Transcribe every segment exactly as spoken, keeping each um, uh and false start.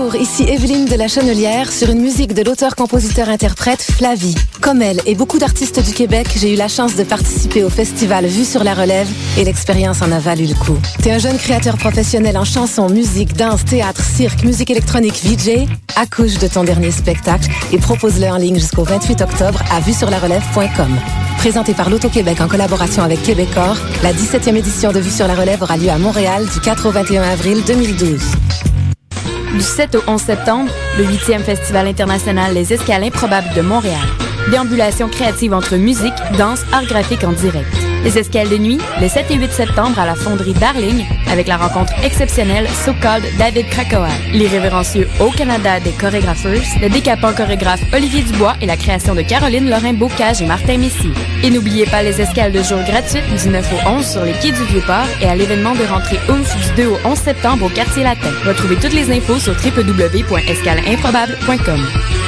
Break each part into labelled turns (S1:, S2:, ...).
S1: Bonjour, ici Evelyne de la Chenelière sur une musique de l'auteur-compositeur-interprète Flavie. Comme elle et beaucoup d'artistes du Québec, j'ai eu la chance de participer au festival Vue sur la Relève et l'expérience en a valu le coup. T'es un jeune créateur professionnel en chanson, musique, danse, théâtre, cirque, musique électronique, V J? Accouche de ton dernier spectacle et propose-le en ligne jusqu'au vingt-huit octobre à vue sur la relève point com. Présenté par l'Auto-Québec en collaboration avec Québecor, la dix-septième édition de Vue sur la Relève aura lieu à Montréal du quatre au vingt et un avril deux mille douze.
S2: Du sept au onze septembre, le huitième Festival international Les Escales improbables de Montréal. Déambulation créative entre musique, danse, art graphique en direct. Les Escales de nuit, les sept et huit septembre à la fonderie Darling, avec la rencontre exceptionnelle So-Called David Krakauer, l'irrévérencieux Au Canada des chorégrapheurs, le décapant chorégraphe Olivier Dubois et la création de Caroline Lorrain-Bocage et Martin Messier. Et n'oubliez pas les escales de jour gratuites du neuf au onze sur les quais du Vieux-Port et à l'événement de rentrée Oomph du deux au onze septembre au Quartier Latin. Retrouvez toutes les infos sur w w w point escale improbable point com.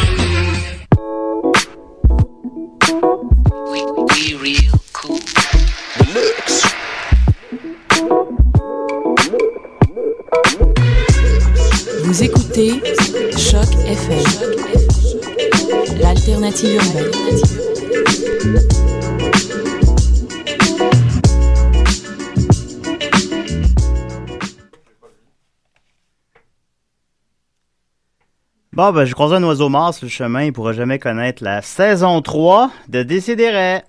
S3: Vous écoutez Choc F M, l'alternative urbaine.
S4: Bon, ben, je croisais un oiseau mort sur le chemin, il pourra jamais connaître la saison trois de Décideret.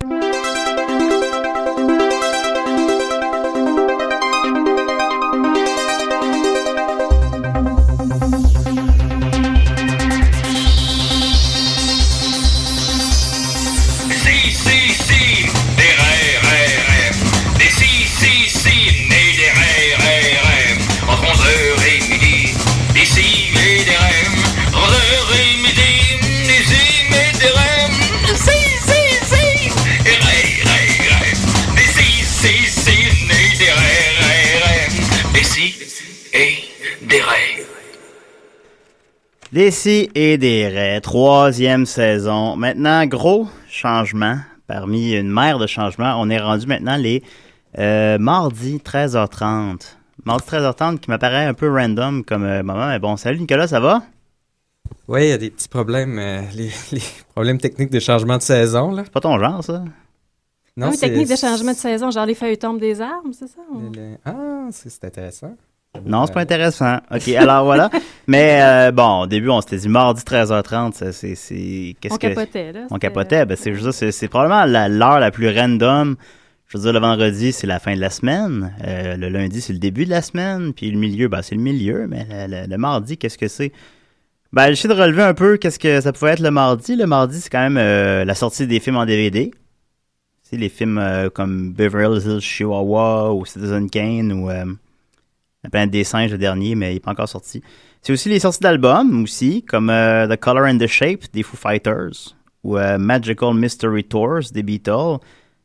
S4: Des si et des raies, troisième saison. Maintenant, gros changement, parmi une mer de changements, on est rendu maintenant les euh, mardis treize heures trente. Mardi treize heures trente qui m'apparaît un peu random comme euh, moment, mais bon, salut Nicolas, ça va?
S5: Oui, il y a des petits problèmes, euh, les, les problèmes techniques de changement de saison, là.
S4: C'est pas ton genre, ça?
S6: Non, oui, technique de changement de saison, genre les feuilles tombent des arbres, c'est ça? Ou...
S5: Les... Ah, c'est, c'est intéressant.
S4: Non, c'est pas intéressant. OK, alors voilà. Mais euh, bon, au début, on s'était dit mardi treize heures trente, ça, c'est, c'est... Qu'est-ce
S6: on
S4: que...
S6: capotait, là.
S4: On capotait. Ben, c'est, juste, c'est, c'est probablement la, l'heure la plus random. Je veux dire, le vendredi, c'est la fin de la semaine. Euh, le lundi, c'est le début de la semaine. Puis le milieu, ben, c'est le milieu. Mais le, le, le mardi, qu'est-ce que c'est? Ben, j'essaie de relever un peu qu'est-ce que ça pouvait être le mardi. Le mardi, c'est quand même euh, la sortie des films en D V D. C'est les films euh, comme Beverly Hills Chihuahua ou Citizen Kane ou... Euh, La planète des singes, le dernier, mais il n'est pas encore sorti. C'est aussi les sorties d'albums, aussi, comme euh, The Color and the Shape des Foo Fighters, ou euh, Magical Mystery Tours des Beatles.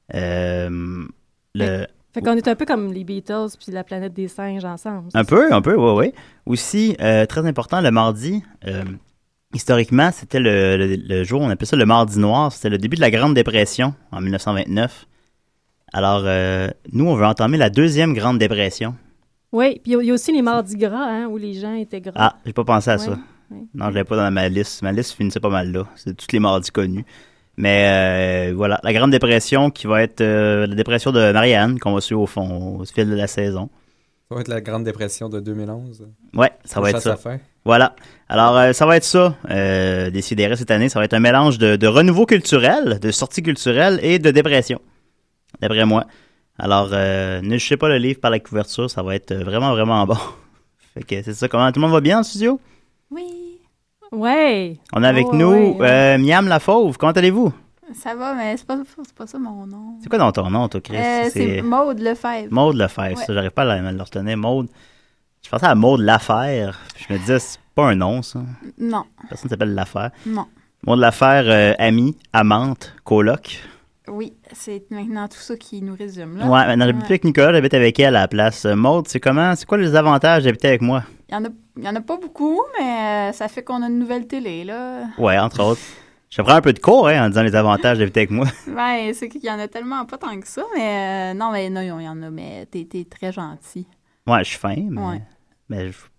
S4: Euh, le...
S6: Fait, fait qu'on est un peu comme les Beatles puis la planète des singes ensemble.
S4: Un peu, un peu, oui, oui. Aussi, euh, très important, le mardi, euh, historiquement, c'était le, le, le jour, on appelait ça le mardi noir, c'était le début de la Grande Dépression, en dix-neuf cent vingt-neuf. Alors, euh, nous, on veut entamer la deuxième Grande Dépression.
S6: Oui, puis il y a aussi les mardis gras, hein, où les gens étaient gras.
S4: Ah, j'ai pas pensé à
S6: ouais,
S4: ça.
S6: Ouais.
S4: Non, je l'avais pas dans ma liste. Ma liste finissait pas mal là. C'est tous les mardis connus. Mais euh, voilà, la Grande Dépression qui va être euh, la dépression de Marianne, qu'on va suivre au fond, au fil de la saison.
S5: Ça va être la Grande Dépression de deux mille onze.
S4: Ouais, ça va être ça. Voilà. Alors, euh, ça va être ça, euh, Décideret cette année. Ça va être un mélange de, de renouveau culturel, de sortie culturelle et de dépression, d'après moi. Alors, euh, ne jugez pas le livre par la couverture, ça va être vraiment, vraiment bon. Fait que c'est ça. Comment tout le monde va bien en studio?
S6: Oui. Ouais.
S4: On est avec
S6: oh,
S4: nous
S6: ouais, ouais.
S4: Euh, Miam la Fauve. Comment allez-vous?
S7: Ça va, mais c'est pas, c'est pas ça mon nom.
S4: C'est quoi dans ton nom, toi, Chris?
S7: Euh, c'est, c'est Maude Lefebvre.
S4: Maude Lefebvre, ouais. Ça, j'arrive pas à le retenir. Maude. Je pensais à Maude Laffaire. Puis je me disais, c'est pas un nom, ça.
S7: Non.
S4: Personne s'appelle Laffaire.
S7: Non.
S4: Maude Laffaire, euh, amie, amante, coloc.
S7: Oui, c'est maintenant tout ça qui nous résume, là.
S4: Ouais, maintenant, j'habite plus avec Nicolas, j'habite avec elle à la place. Maude, c'est comment? C'est quoi les avantages d'habiter avec moi?
S7: Il y en a, il y en a pas beaucoup, mais ça fait qu'on a une nouvelle télé, là.
S4: Ouais, entre autres. Je prends un peu de cours, hein, en disant les avantages d'habiter avec moi.
S7: Ouais, c'est qu'il y en a tellement pas tant que ça, mais... Euh, non, mais non, il y en a, mais t'es, t'es très gentil.
S4: Ouais, je suis fin, mais...
S7: Ouais.
S4: mais je,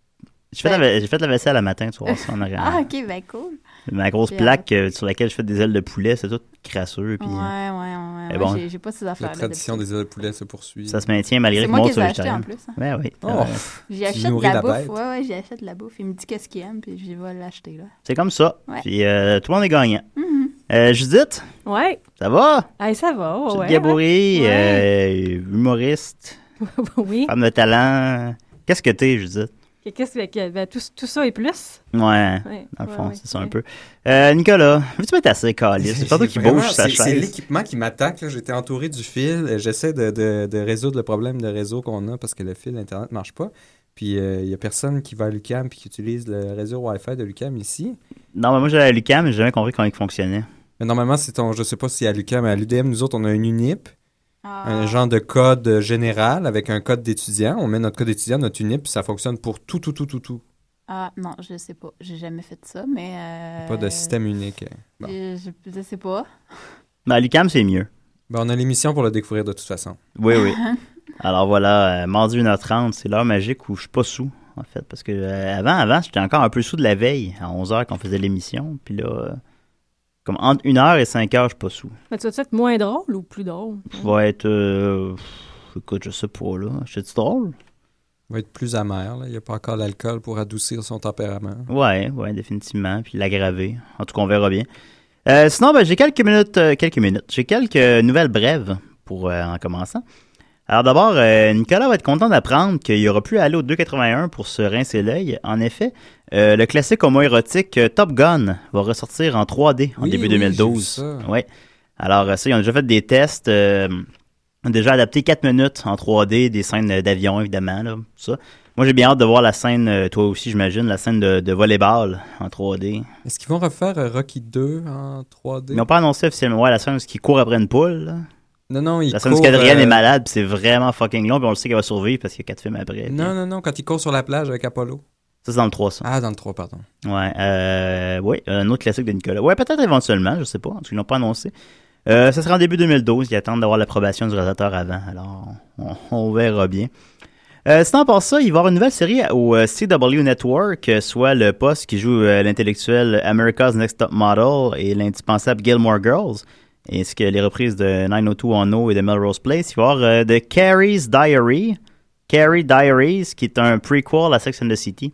S4: J'ai fait, la, j'ai fait la vaisselle le matin, tu vois ça en arrière.
S7: Ah, ok, ben cool.
S4: Ma grosse
S7: J'ai
S4: plaque euh, sur laquelle je fais des ailes de poulet, c'est tout crasseux. Puis,
S7: ouais, ouais, ouais. ouais
S4: bon,
S7: j'ai, j'ai pas ces affaires-là.
S5: La tradition
S7: d'habitude.
S5: des ailes de poulet se poursuit.
S4: Ça se maintient malgré
S7: C'est
S4: que
S7: moi
S4: moi,
S7: qui
S4: tu
S7: les ai
S4: sois
S7: achetés en
S4: végétarien.
S7: plus. Hein.
S4: Ouais, oui.
S5: Oh.
S4: Euh,
S7: J'y achète de
S5: nourris
S7: la
S5: la
S7: bouffe.
S5: bête.
S7: Ouais, ouais, j'y achète de la bouffe. Il me dit qu'est-ce qu'il aime, puis je vais l'acheter, là.
S4: c'est comme ça.
S7: Ouais.
S4: Puis euh, tout le monde est gagnant.
S7: Mm-hmm.
S4: Euh, Judith,
S6: Ouais.
S4: ça va?
S6: Hey, ça va, ouais.
S4: Judith
S6: ouais.
S4: Gabory,
S6: Ouais.
S4: euh, humoriste,
S6: Oui.
S4: femme de talent. Qu'est-ce que t'es, Judith?
S6: Qu'est-ce que ben, tout, tout ça et plus?
S4: Ouais,
S6: Ouais,
S4: dans le
S6: ouais,
S4: fond,
S6: ouais,
S4: c'est ça
S6: ouais.
S4: un peu. Euh, Nicolas, veux-tu mettre assez calice? C'est pas toi qui
S5: Vraiment,
S4: bouge sa
S5: c'est, c'est
S4: chaise.
S5: l'équipement qui m'attaque. Là. J'étais entouré du fil. Euh, J'essaie de, de, de résoudre le problème de réseau qu'on a parce que le fil Internet ne marche pas. Puis il euh, n'y a personne qui va à l'U Q A M et qui utilise le réseau Wi-Fi de l'U Q A M ici.
S4: Non, mais moi, j'allais à l'U Q A M, mais j'ai jamais compris comment il fonctionnait.
S5: Mais normalement, c'est ton, je sais pas si à l'U Q A M, mais à l'U D M, nous autres, on a une UNIP,
S7: Ah.
S5: un genre de code général avec un code d'étudiant. On met notre code d'étudiant, notre UNIP, puis ça fonctionne pour tout, tout, tout, tout, tout.
S7: Ah, non, je sais pas. J'ai jamais fait ça, mais. Euh...
S5: Pas de système unique. Bon.
S7: Je, je, je sais pas.
S4: Mais à l'U Q A M, c'est mieux.
S5: Ben, on a l'émission pour le découvrir de toute façon.
S4: Oui, oui. Alors voilà, euh, mardi une heure trente, c'est l'heure magique où je suis pas sous, en fait. Parce que euh, avant, avant, j'étais encore un peu sous de la veille, à onze heures, quand on faisait l'émission. Puis là, euh, comme entre une heure et cinq heures, je suis pas sous.
S6: Mais tu vas-tu être moins drôle ou plus drôle?
S4: Je vais être. Euh, écoute, je sais pas, là. Je suis drôle?
S5: Il va être plus amer. Là. Il n'y a pas encore l'alcool pour adoucir son tempérament.
S4: Ouais, ouais, définitivement. Puis l'aggraver. En tout cas, on verra bien. Euh, sinon, ben, j'ai quelques minutes. euh, quelques minutes. J'ai quelques nouvelles brèves pour euh, en commençant. Alors d'abord, euh, Nicolas va être content d'apprendre qu'il n'y aura plus à aller au deux quatre-vingt-un pour se rincer l'œil. En effet, euh, le classique homo-érotique euh, Top Gun va ressortir en trois D en
S5: Oui,
S4: début
S5: oui,
S4: deux mille douze.
S5: j'ai vu ça.
S4: Ouais. Alors euh, ça, ils ont déjà fait des tests. Euh, ils ont déjà adapté quatre minutes en trois D, des scènes d'avion, évidemment. Là, tout ça. Moi, j'ai bien hâte de voir la scène, euh, toi aussi, j'imagine, la scène de, de volleyball en trois D.
S5: Est-ce qu'ils vont refaire euh, Rocky deux en trois D?
S4: Ils n'ont pas annoncé officiellement. Ouais, la scène où il court après une poule. Là.
S5: Non, non, il
S4: La scène où
S5: court,
S4: Adrienne
S5: euh,
S4: est malade, puis c'est vraiment fucking long, puis on le sait qu'elle va survivre parce qu'il y a quatre films après. puis-
S5: Non, non, non, quand il court sur la plage avec Apollo.
S4: Ça, c'est dans le trois, ça.
S5: Ah, dans le trois, pardon.
S4: Ouais, euh, oui, un autre classique de Nicolas. Ouais, peut-être éventuellement, je sais pas. En tout cas, ils l'ont pas annoncé. Euh, ça sera en début deux mille douze. Ils attendent d'avoir l'approbation du réalisateur avant. Alors, on, on verra bien. Euh, sinon, par ça, il va y avoir une nouvelle série au euh, C W Network, euh, soit le poste qui joue euh, l'intellectuel America's Next Top Model et l'indispensable Gilmore Girls, ainsi que les reprises de nine oh two one oh et de Melrose Place. Il va y avoir euh, The Carrie's Diary, Carrie Diaries, qui est un prequel à Sex and the City.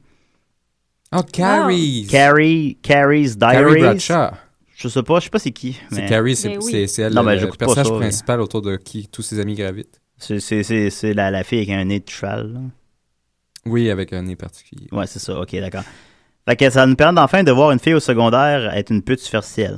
S5: Oh, Carrie!
S4: Carrie, Carrie's
S5: Carrie
S4: Diaries.
S5: Bradshaw.
S4: Je sais pas, je sais pas c'est qui.
S5: C'est
S4: mais
S5: Carrie, c'est,
S6: Mais oui.
S5: c'est, c'est elle,
S4: Non,
S5: le,
S4: mais
S5: le
S4: j'écoute pas
S5: personnage
S4: ça, mais-
S5: principal autour de qui tous ses amis gravitent.
S4: C'est, c'est, c'est, c'est la, la fille avec un nez de cheval. Là.
S5: Oui, avec un nez particulier.
S4: Ouais, c'est ça. Ok, d'accord. Fait que ça nous permet enfin de voir une fille au secondaire être une pute superficielle.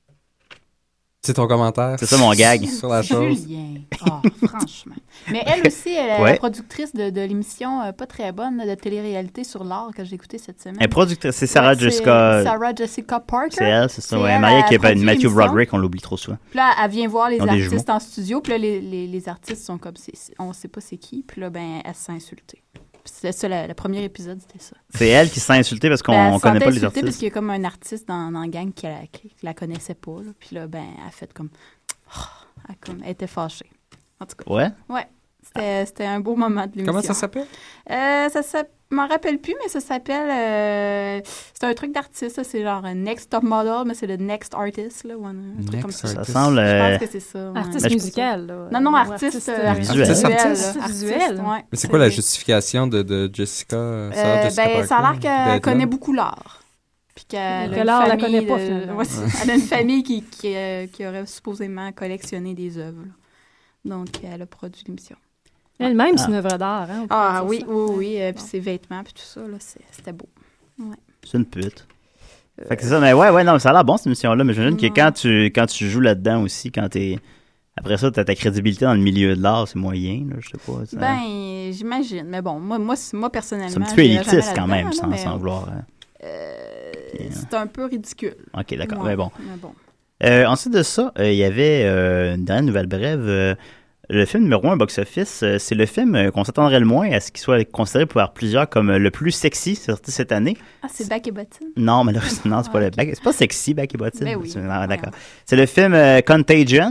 S5: C'est ton commentaire?
S4: C'est ça mon gag.
S5: Sur la chose.
S7: Julien. Ah, franchement. Mais elle aussi, elle est
S4: Ouais.
S7: la productrice de, de l'émission euh, pas très bonne là, de télé-réalité sur l'art que j'ai écouté cette semaine.
S4: Elle est productrice, c'est Sarah
S7: Ouais, c'est
S4: Jessica.
S7: Sarah Jessica Parker.
S4: C'est elle, c'est ça.
S7: C'est
S4: Ouais,
S7: elle,
S4: mariée
S7: elle
S4: qui est pas
S7: produit
S4: Matthew
S7: l'émission.
S4: Broderick, on l'oublie trop souvent.
S7: Puis là, elle vient voir les
S4: Ils ont des
S7: artistes
S4: jumeaux.
S7: en studio. Puis là, les, les, les artistes sont comme, c'est, c'est- on sait pas c'est qui. Puis là, ben, elle s'est insultée. Puis c'était ça, la- le premier épisode, c'était ça.
S4: C'est elle qui s'est insultée parce qu'on
S7: Ben, elle
S4: on
S7: se
S4: connaît
S7: sentait
S4: pas les
S7: insultée parce
S4: artistes.
S7: qu'il y a comme un artiste dans, dans la gang qui la, qui la connaissait pas. Là. Puis là, ben, elle a fait comme... Elle, comme, elle était fâchée. En tout cas,
S4: Ouais.
S7: c'était, c'était un beau moment de l'émission.
S5: Comment ça s'appelle?
S7: Euh, ça s'appelle... Je m'en rappelle plus, mais ça s'appelle... euh, c'est un truc d'artiste, ça. C'est genre un Next Top Model, mais c'est le Next Artist, là, ou un, un truc
S5: Next
S7: comme ça.
S4: Ça
S5: Artist.
S4: semble.
S7: Je
S4: euh,
S7: pense que c'est ça. ouais.
S6: Artiste
S4: Mais je-
S6: musical, là.
S7: Non, non,
S6: Ou
S7: artiste, euh, artiste
S4: visuel.
S7: visuel.
S5: Artiste
S7: là.
S6: visuel.
S7: Artiste, ouais.
S5: Mais c'est quoi la
S7: C'est-
S5: justification de, de Jessica?
S7: Euh,
S5: Sarah Jessica
S7: ben, ça a l'air
S5: Parker,
S7: qu'elle
S5: d'être
S7: connaît
S5: là?
S7: beaucoup l'art. Puis qu'elle
S6: Que
S7: a une
S6: l'art, la
S7: famille
S6: connaît pas,
S7: de-
S6: finalement.
S7: ouais, c'est- elle a une famille qui, qui, euh, qui aurait supposément collectionné des œuvres. là. Donc, elle a produit l'émission.
S6: Elle-même, c'est
S4: Ah.
S6: une œuvre d'art. Hein, on peut
S7: Ah
S6: dire
S7: oui,
S6: ça.
S7: oui, oui. euh, puis
S6: Bon.
S7: ses vêtements, puis tout ça, là, c'est- c'était beau.
S4: C'est une pute. Fait que c'est ça, mais ouais, ouais, non, mais ça a l'air bon cette émission-là, mais j'imagine que
S7: Ouais.
S4: quand tu, quand tu joues là-dedans aussi, quand t'es. Après ça, t'as ta crédibilité dans le milieu de l'art, c'est moyen, là, je sais pas. ça-
S7: Ben, j'imagine. Mais bon, moi, moi, c'est- moi personnellement.
S4: c'est un petit peu
S7: j'irais jamais
S4: élitiste quand
S7: là-dedans,
S4: même,
S7: là,
S4: sans,
S7: mais,
S4: sans vouloir. euh,
S7: euh,
S4: Puis, euh,
S7: c'est un peu ridicule.
S4: Ok, d'accord,
S7: Ouais,
S4: mais bon.
S7: mais bon.
S4: Euh, ensuite de ça, euh, il y avait euh, une dernière nouvelle brève. euh, le film numéro un box-office, euh, c'est le film euh, qu'on s'attendrait le moins à ce qu'il soit considéré par plusieurs comme euh, le plus sexy sorti cette année.
S7: Ah, c'est Back et Bottine?
S4: Non, malheureusement, non, c'est pas le back. C'est pas sexy, Back et Bottine.
S7: Ben oui.
S4: C'est- non, d'accord. C'est le film euh, Contagion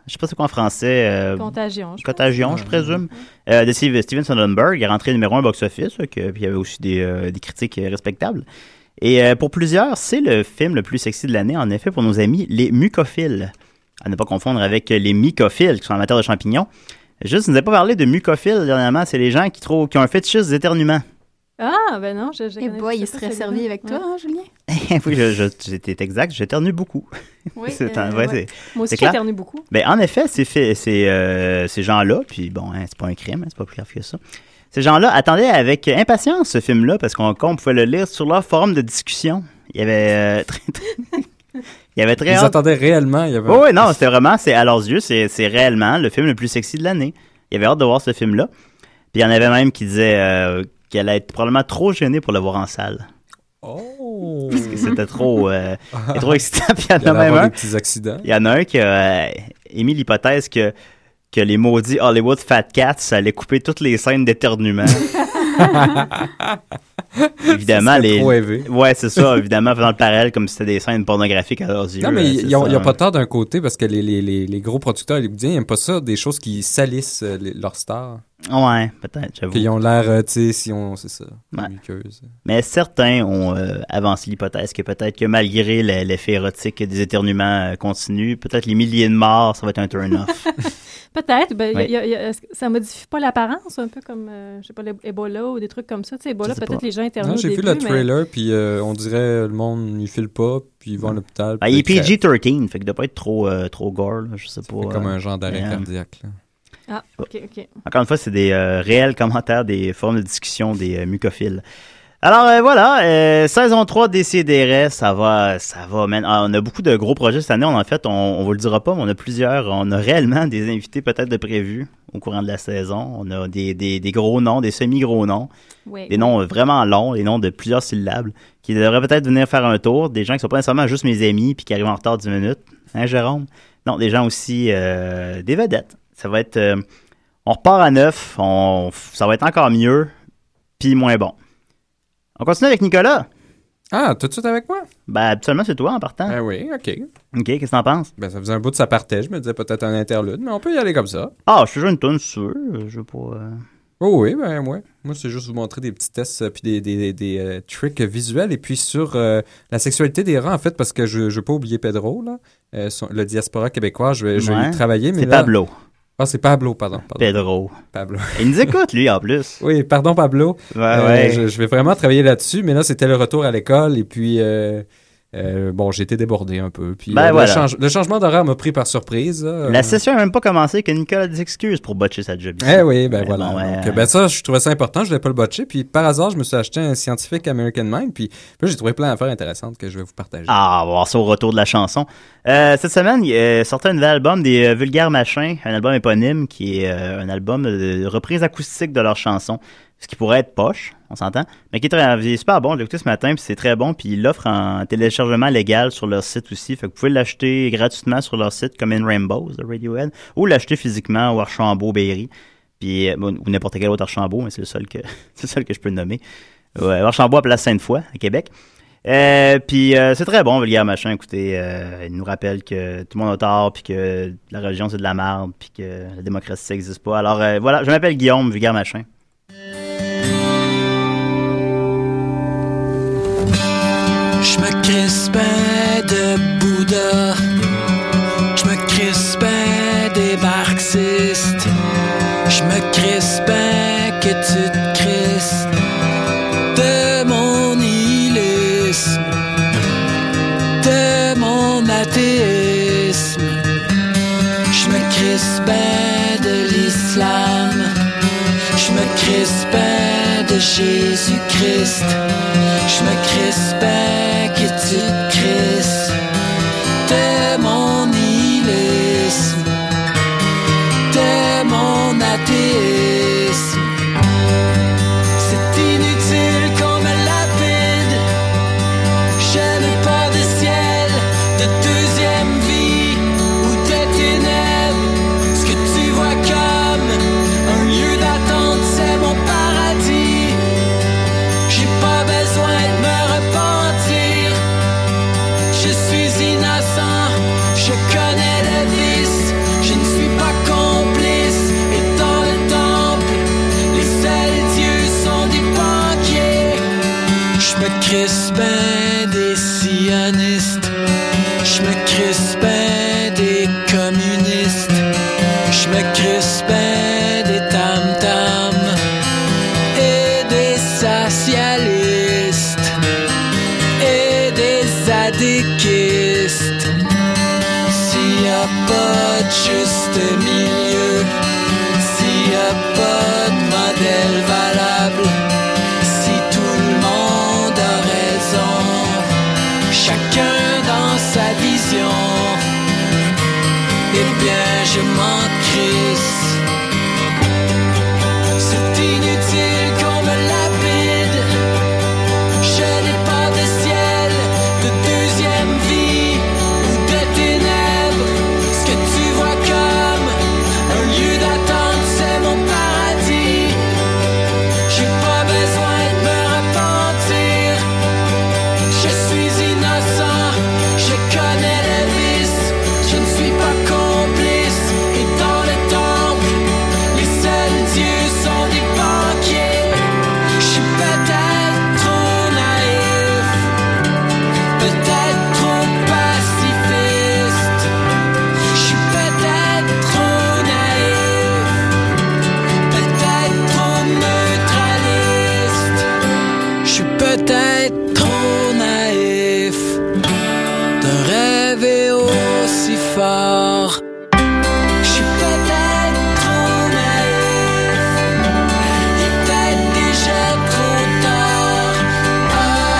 S4: Je sais pas c'est quoi en français. Euh,
S6: Contagion. Je
S4: Contagion,
S6: pense.
S4: je présume. Euh, de Steve, Steven Soderbergh. Il est rentré numéro un box-office, que, puis il y avait aussi des, euh, des critiques respectables. Et euh, pour plusieurs, c'est le film le plus sexy de l'année, en effet, pour nos amis, les mucophiles. À ne pas confondre avec les mycophiles, qui sont amateurs de champignons. Juste, je ne vous ai pas parlé de mucophiles dernièrement. C'est les gens qui, trouvent, qui ont un fétichisme des éternuements.
S6: Ah, ben non, je, je
S7: Et boy, il serait servi avec toi, hein, Julien?
S4: Oui, je, je, j'étais exact, j'éternue beaucoup.
S6: Oui,
S4: c'est,
S6: euh,
S4: ouais,
S6: ouais.
S4: c'est,
S6: Moi aussi,
S4: c'est
S6: j'éternue beaucoup.
S4: Ben, en effet, c'est fait, c'est, euh, ces gens-là, puis bon, hein, c'est pas un crime, hein, c'est pas plus grave que ça. Ces gens-là attendaient avec impatience ce film-là, parce qu'on, qu'on pouvait le lire sur leur forum de discussion. Il y avait... Euh, très, très... Il y avait très
S5: Ils
S4: hâte.
S5: attendaient réellement. Il y avait...
S4: Oh, oui, non, c'était vraiment, c'est, à leurs yeux, c'est, c'est réellement le film le plus sexy de l'année. Il y avait hâte de voir ce film-là. Puis il y en avait même qui disaient euh, qu'elle allait être probablement trop gênée pour le voir en salle.
S5: Oh!
S4: Parce que c'était trop, euh, trop excitant. Puis il y en
S5: il y
S4: a même un.
S5: des petits accidents.
S4: Il y en a un qui a euh, émis l'hypothèse que, que les maudits Hollywood Fat Cats allaient couper toutes les scènes d'éternuement. Évidemment, les.
S5: Trop élevé.
S4: Ouais, c'est ça, évidemment, faisant le parallèle comme si c'était des scènes pornographiques à leurs yeux.
S5: Non, mais ils
S4: n'ont
S5: pas tort d'un côté parce que les, les, les, les gros producteurs hollywoodiens n'aiment pas ça, des choses qui salissent euh, les, leurs stars.
S4: Ouais, peut-être, j'avoue.
S5: Qu'ils ont l'air, euh, tu sais, si on. C'est ça.
S4: Ouais.
S5: Muqueuse.
S4: Mais certains ont euh, avancé l'hypothèse que peut-être que malgré l'effet érotique des éternuements euh, continus, peut-être les milliers de morts, ça va être un turn-off.
S6: Peut-être. Ben,
S4: oui.
S6: y a, y a, ça modifie pas l'apparence, un peu comme, euh, je sais pas, l'Ebola ou des trucs comme ça. Tu sais, Ebola, peut-être
S4: pas.
S6: les gens éternuent.
S5: J'ai
S6: au
S5: vu
S6: début,
S5: le
S6: mais...
S5: trailer, puis euh, on dirait le monde, il file pas, puis il va à l'hôpital.
S4: Ben, il est P G treize, fait qu'il doit pas être trop, euh, trop gore, là, je sais pas.
S5: C'est comme
S4: euh,
S5: un genre d'arrêt
S4: mais,
S5: cardiaque. Là.
S6: Ah, ok, ok.
S4: Encore une fois, c'est des euh, réels commentaires, des formes de discussion des euh, mucophiles. Alors euh, voilà, euh, saison trois Décideret, ça va, ça va, man. Ah, on a beaucoup de gros projets cette année, on, en fait, on, on vous le dira pas, mais on a plusieurs, on a réellement des invités peut-être de prévus au courant de la saison. On a des, des, des gros noms, des semi-gros noms,
S6: Oui,
S4: des noms vraiment longs, des noms de plusieurs syllabes, qui devraient peut-être venir faire un tour, des gens qui sont pas nécessairement juste mes amis puis qui arrivent en retard dix minutes. Hein, Jérôme? Non, des gens aussi, euh, des vedettes. Ça va être, euh, on repart à neuf, on, ça va être encore mieux, puis moins bon. On continue avec Nicolas.
S5: Ah, tout de suite avec moi?
S4: Ben, habituellement, c'est toi en partant.
S5: Ben oui, OK.
S4: OK, qu'est-ce que t'en penses?
S5: Ben, ça faisait un bout de ça partait. Je me disais peut-être un interlude, mais on peut y aller comme ça.
S4: Ah, je suis déjà une tonne sûr. Je veux pas... Euh...
S5: Oh oui, ben ouais. Moi, c'est juste vous montrer des petits tests euh, puis des, des, des, des euh, tricks visuels. Et puis sur euh, la sexualité des rats, en fait, parce que je ne veux pas oublier Pedro, là, euh, son, le diaspora québécois, je vais, je vais
S4: ouais.
S5: y travailler. Mais
S4: c'est
S5: là...
S4: Pablo.
S5: Ah, c'est Pablo, pardon. pardon.
S4: Pedro.
S5: Pablo.
S4: Il nous écoute, lui, en plus.
S5: Oui, pardon, Pablo.
S4: Ouais,
S5: euh,
S4: ouais.
S5: Je, je vais vraiment travailler là-dessus, mais là, c'était le retour à l'école et puis... Euh, Euh, bon, j'ai été débordé un peu. Puis,
S4: ben
S5: euh,
S4: voilà.
S5: le, change- le changement d'horaire m'a pris par surprise. Là.
S4: La session n'a même pas commencé que Nicolas a des excuses pour botcher sa job.
S5: Eh oui, ben
S4: Mais
S5: voilà.
S4: bon, ouais.
S5: Donc, ben ça, je trouvais ça important. Je voulais pas le botcher. Puis par hasard, je me suis acheté un Scientific American Mind. Puis, puis j'ai trouvé plein d'affaires intéressantes que je vais vous partager.
S4: Ah, on va voir ça au retour de la chanson. Euh, cette semaine, il euh, sortait un nouvel album des euh, Vulgaires Machins, un album éponyme qui est euh, un album de reprise acoustique de leurs chansons. Ce qui pourrait être poche, on s'entend, mais qui est, très, il est super bon. Je l'ai écouté ce matin, puis c'est très bon. Puis ils l'offrent en téléchargement légal sur leur site aussi. Fait que vous pouvez l'acheter gratuitement sur leur site, comme In Rainbows de Radiohead, ou l'acheter physiquement au Archambault-Berry, puis bon, ou n'importe quel autre Archambault, mais c'est le seul que c'est le seul que je peux le nommer. Ouais, Archambault à Place Sainte-Foy, à Québec. Euh, puis euh, c'est très bon, Vulgaire Machin. Écoutez, euh, il nous rappelle que tout le monde a tort, puis que la religion c'est de la merde, puis que la démocratie ça existe pas. Alors euh, voilà, je m'appelle Guillaume, Vulgaire Machin.
S8: Je me crispais de Bouddha, je me crispais des marxistes, je me crispais que tu te crisses de mon nihilisme, de mon athéisme. Je me crispais de l'islam, je me crispais de Jésus-Christ, je me crispais que tu te crisses de mon nihilisme, de mon athéisme. C'est inutile qu'on me lapide, je n'ai pas de ciel, de deuxième vie ou de ténèbres. Ce que tu vois comme un lieu d'attente, c'est mon paradis. J'ai pas besoin de me repentir crisse ben des sionistes. Je me crisse ben des communistes. Je me crisse ben des tam-tams et des socialistes et des adéquistes. S'il y a pas de juste milieu, s'il y a pas de modèle valable, si tout le monde a raison, chacun dans sa vision, eh bien je m'en crisse. C'est inutile qu'on me lapide. Je n'ai pas de ciel, de deuxième vie ou de ténèbres. Ce que tu vois comme un lieu d'attente, c'est mon paradis. J'ai pas besoin de me repentir. Je suis innocent, je connais les vices. Je ne suis pas complice. Et dans le temple, les seuls dieux sont des banquiers. Je suis peut-être trop naïf, peut-être trop pacifiste. Je suis peut-être trop naïf, peut-être trop neutraliste. Je suis peut-être trop naïf de rêver aussi fort. Je suis peut-être trop naïf, il est peut-être déjà trop tard. Ah,